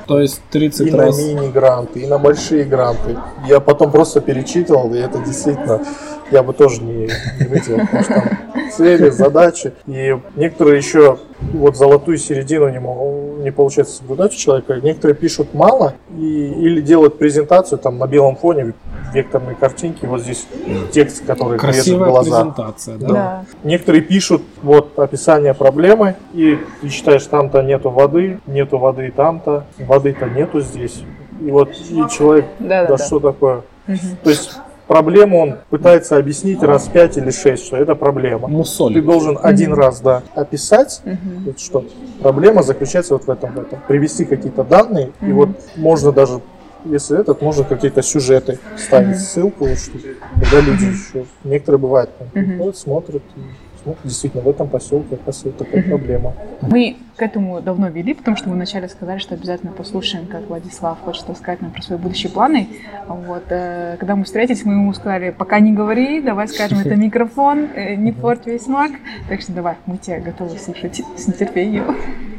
То есть тридцать и раз. на мини-гранты, и на большие гранты. Я потом просто перечитывал, и это действительно, я бы тоже не, не выделил, потому что там цели, задачи. И некоторые еще вот золотую середину не, могут, не получается соблюдать у человека. Некоторые пишут мало и, или делают презентацию там на белом фоне, векторные картинки, вот здесь текст, который красивая режет глаза. Презентация, да? Да. Некоторые пишут вот описание проблемы, и ты считаешь, там-то нету воды, нету воды там-то, воды-то нету здесь. И вот и человек, да, да, да что такое? Угу. То есть проблему он пытается объяснить раз пять или шесть, что это проблема. Мусоль. Ты должен угу. один раз, да, описать, угу. вот, что проблема заключается вот в этом, в этом. Привести какие-то данные, угу. и вот можно даже, если этот, можно какие-то сюжеты ставить, mm-hmm. ссылку, вот, что, когда люди mm-hmm. еще, некоторые бывают, там, mm-hmm. вот, смотрят, смотрят, действительно, в этом поселке, оказывается, такая mm-hmm. проблема. Мы к этому давно вели, потому что мы вначале сказали, что обязательно послушаем, как Владислав хочет рассказать нам про свои будущие планы. Вот, э, когда мы встретились, мы ему сказали, пока не говори, давай скажем, это микрофон, э, не порть весь смак. Так что давай, мы тебя готовы слушать с нетерпением.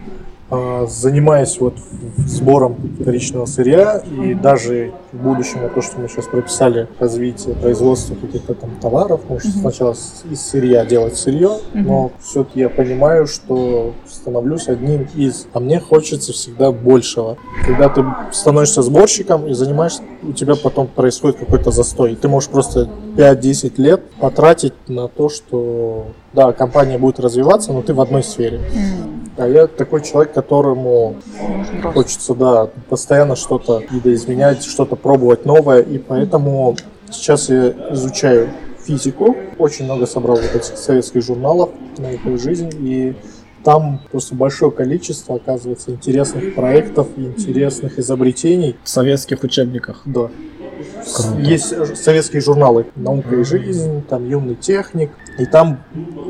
Занимаясь вот сбором вторичного сырья и mm-hmm. даже в будущем, то, что мы сейчас прописали, развитие производства каких-то там товаров, может mm-hmm. сначала из сырья делать сырье, mm-hmm. но все-таки я понимаю, что становлюсь одним из, а мне хочется всегда большего. Когда ты становишься сборщиком и занимаешься, у тебя потом происходит какой-то застой, и ты можешь просто пять-десять лет потратить на то, что да, компания будет развиваться, но ты в одной сфере. Mm-hmm. А я такой человек, которому Просто. хочется, да, постоянно что-то видоизменять, что-то пробовать новое, и поэтому сейчас я изучаю физику, очень много собрал вот этих советских журналов на эту жизнь, и там просто большое количество, оказывается, интересных проектов, интересных изобретений. В советских учебниках? Да. Круто. Есть советские журналы «Наука и жизнь», там «Юный техник», и там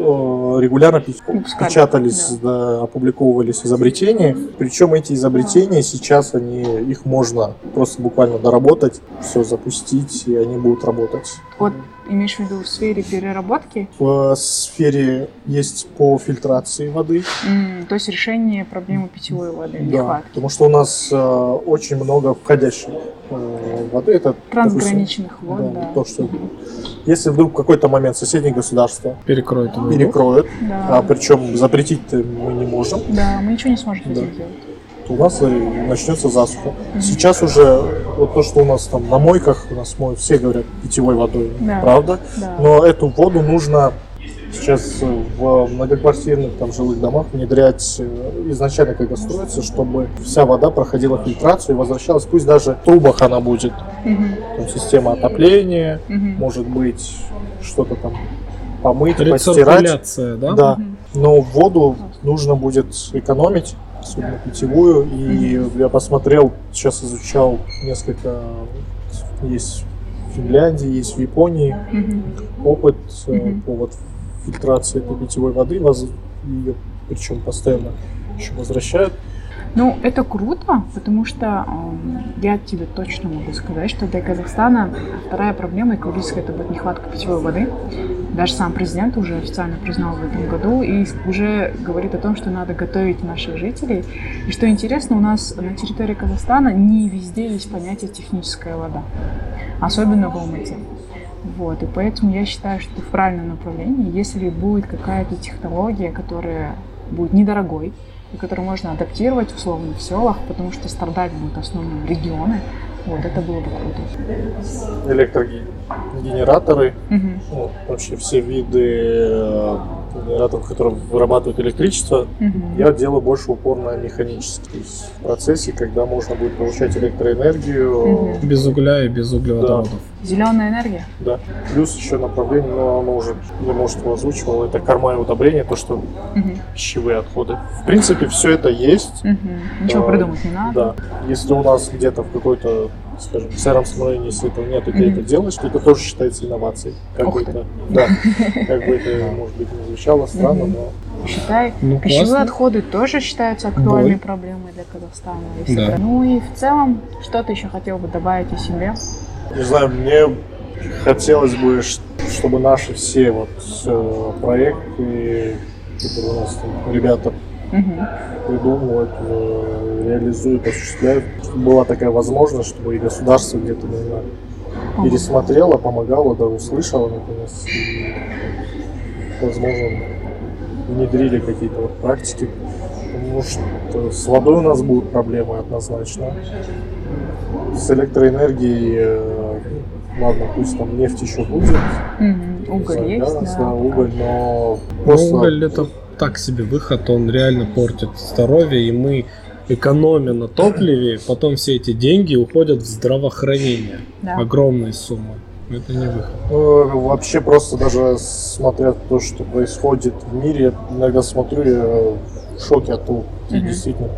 э, регулярно печатались, да. Да, опубликовывались изобретения. Причем эти изобретения сейчас, они, их можно просто буквально доработать, все запустить, и они будут работать. Вот имеешь в виду в сфере переработки? В сфере есть по фильтрации воды. Mm, то есть решение проблемы питьевой воды, да, нехватки. Потому что у нас э, очень много входящей э, воды. Это, трансграничных допустим, вод, да. да. То, что если вдруг в какой-то момент соседние государства перекроют, перекроют да. а причем запретить мы не можем. Да, мы ничего не сможем да. сделать. У нас начнется засуха. Mm-hmm. Сейчас уже вот то, что у нас там на мойках, у нас моют, все говорят питьевой водой, да. правда? Да. Но эту воду нужно сейчас в многоквартирных там жилых домах внедрять изначально, когда строится, чтобы вся вода проходила фильтрацию и возвращалась, пусть даже в трубах она будет. Mm-hmm. Там система отопления, mm-hmm. может быть что-то там помыть, постирать. Да? Да. Mm-hmm. Но воду нужно будет экономить, особенно питьевую, и mm-hmm. я посмотрел, сейчас изучал несколько, есть в Финляндии, есть в Японии mm-hmm. опыт mm-hmm. по вот фильтрации этой питьевой воды, ее причем постоянно еще возвращают. Ну, это круто, потому что э, я тебе точно могу сказать, что для Казахстана вторая проблема экологическая — это будет нехватка питьевой воды. Даже сам президент уже официально признал в этом году и уже говорит о том, что надо готовить наших жителей. И что интересно, у нас на территории Казахстана не везде есть понятие техническая вода, особенно в Алмате. Вот, и поэтому я считаю, что это в правильном направлении. Если будет какая-то технология, которая будет недорогой, и которую можно адаптировать условно в селах, потому что страдать будут основные регионы, вот, это было бы круто. Электрогенераторы, угу. ну, вообще все виды генераторов, которые вырабатывают электричество, угу. я делаю больше упор на механический. То есть в процессе, когда можно будет получать электроэнергию. Угу. Без угля и без углеводородов. Да. Зеленая энергия? Да. Плюс еще направление, но оно уже, я, может, его озвучивал, это корма и удобрение, то, что угу. пищевые отходы. В принципе, все это есть. Угу. Ничего а, придумать не надо. Да. Если у нас где-то в какой-то, скажем, в сыром становлении, если этого нет, и ты mm-hmm. это делаешь, то это тоже считается инновацией. Как бы это, да, как бы это, может быть, не звучало странно, mm-hmm. но... Считай, ну, пищевые отходы тоже считаются актуальной Бой. проблемой для Казахстана. Да. Ну и в целом, что ты еще хотел бы добавить о себе? Не знаю, мне хотелось бы, чтобы наши все вот проекты, которые у нас там ребята Мгм. придумывают, э, реализуют, осуществляют. Чтобы была такая возможность, чтобы и государство где-то, не знаю, пересмотрело, помогало, да, услышало, наконец, и, возможно, внедрили какие-то вот практики. Потому что с водой у нас будут проблемы однозначно. С электроэнергией, э, ладно, пусть там нефть еще будет. Мгм. Уголь Не знаю, есть, газ, да. да, уголь, но Ну, просто уголь это так себе выход, он реально портит здоровье, и мы, экономя на топливе, потом все эти деньги уходят в здравоохранение. Да. Огромные суммы. Это не выход. ну, вообще просто даже смотря то, что происходит в мире, я иногда смотрю, я в шоке от того, Мгм. действительно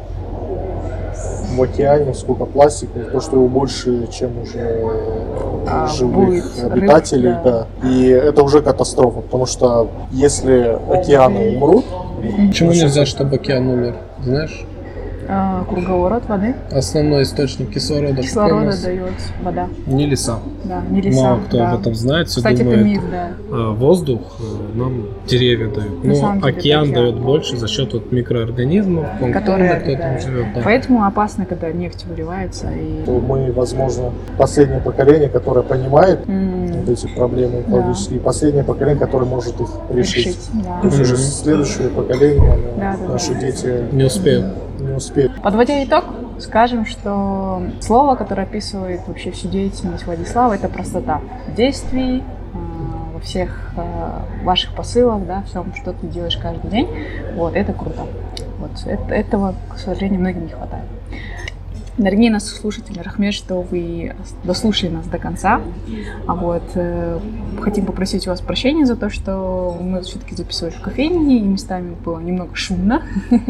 в океане сколько пластика, то, что его больше, чем уже А, живых будет рыб, обитателей, да. да. И это уже катастрофа, потому что если океаны умрут, Почему ну, нельзя, сейчас- чтобы океан умер? Знаешь? А, круговорот воды, Основной источник кислорода какой у кислорода нас? дает вода. Не леса. Да, не леса. Мало кто да. об этом знает, все Кстати, это думают, миф, да. э, воздух э, нам деревья дают. На Но самом деле океан это дает океан. больше за счет вот микроорганизмов, планктона, Которые кто там обитают. живет. Да. Поэтому опасно, когда нефть выливается. И... то мы, возможно, последнее поколение, которое понимает М, вот эти проблемы экологические, и последнее поколение, которое может их решить. решить, да. То есть уже Мгм. следующее поколение, оно- Да, да, наши да. дети Не успеют. не успеют. Подводя итог, скажем, что слово, которое описывает вообще всю деятельность Владислава, это простота действий, э, во всех э, ваших посылах, да, всем, что ты делаешь каждый день. Вот, это круто. Вот, это- этого, к сожалению, многим не хватает. Дорогие наши слушатели, Рахмет, что вы дослушали нас до конца. А вот э, хотим попросить у вас прощения за то, что мы все-таки записывали в кофейне, и местами было немного шумно.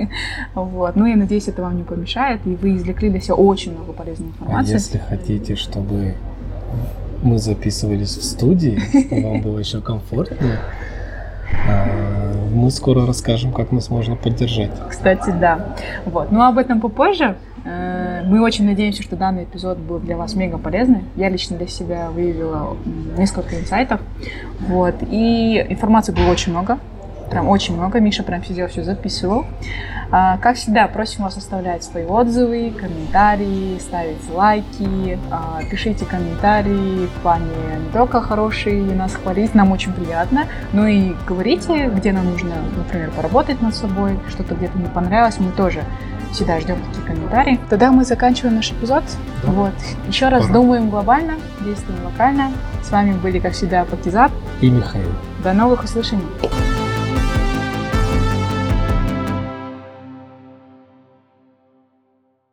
Вот. Ну, я надеюсь, это вам не помешает, и вы извлекли для себя очень много полезной А информации. если хотите, чтобы мы записывались в студии, и вам было еще комфортнее, а, мы скоро расскажем, как нас можно поддержать. Кстати, да. Вот. Но об этом попозже. Э, Мы очень надеемся, что данный эпизод был для вас мега полезный. Я лично для себя выявила м, несколько инсайтов. Вот. И информации было очень много. Прям очень много. Миша прям сидел, все записывал. А, Как всегда, просим вас оставлять свои отзывы, комментарии, ставить лайки, а, пишите комментарии в плане не только хорошие, нас хвалить, нам очень приятно, но и говорите, где нам нужно, например, поработать над собой, что-то где-то не понравилось, мы тоже всегда ждем такие комментарии. Тогда мы заканчиваем наш эпизод. Да. Вот. Еще раз Пора. думаем глобально, действуем локально. С вами были, как всегда, Пакизат. И Михаил. До новых услышаний.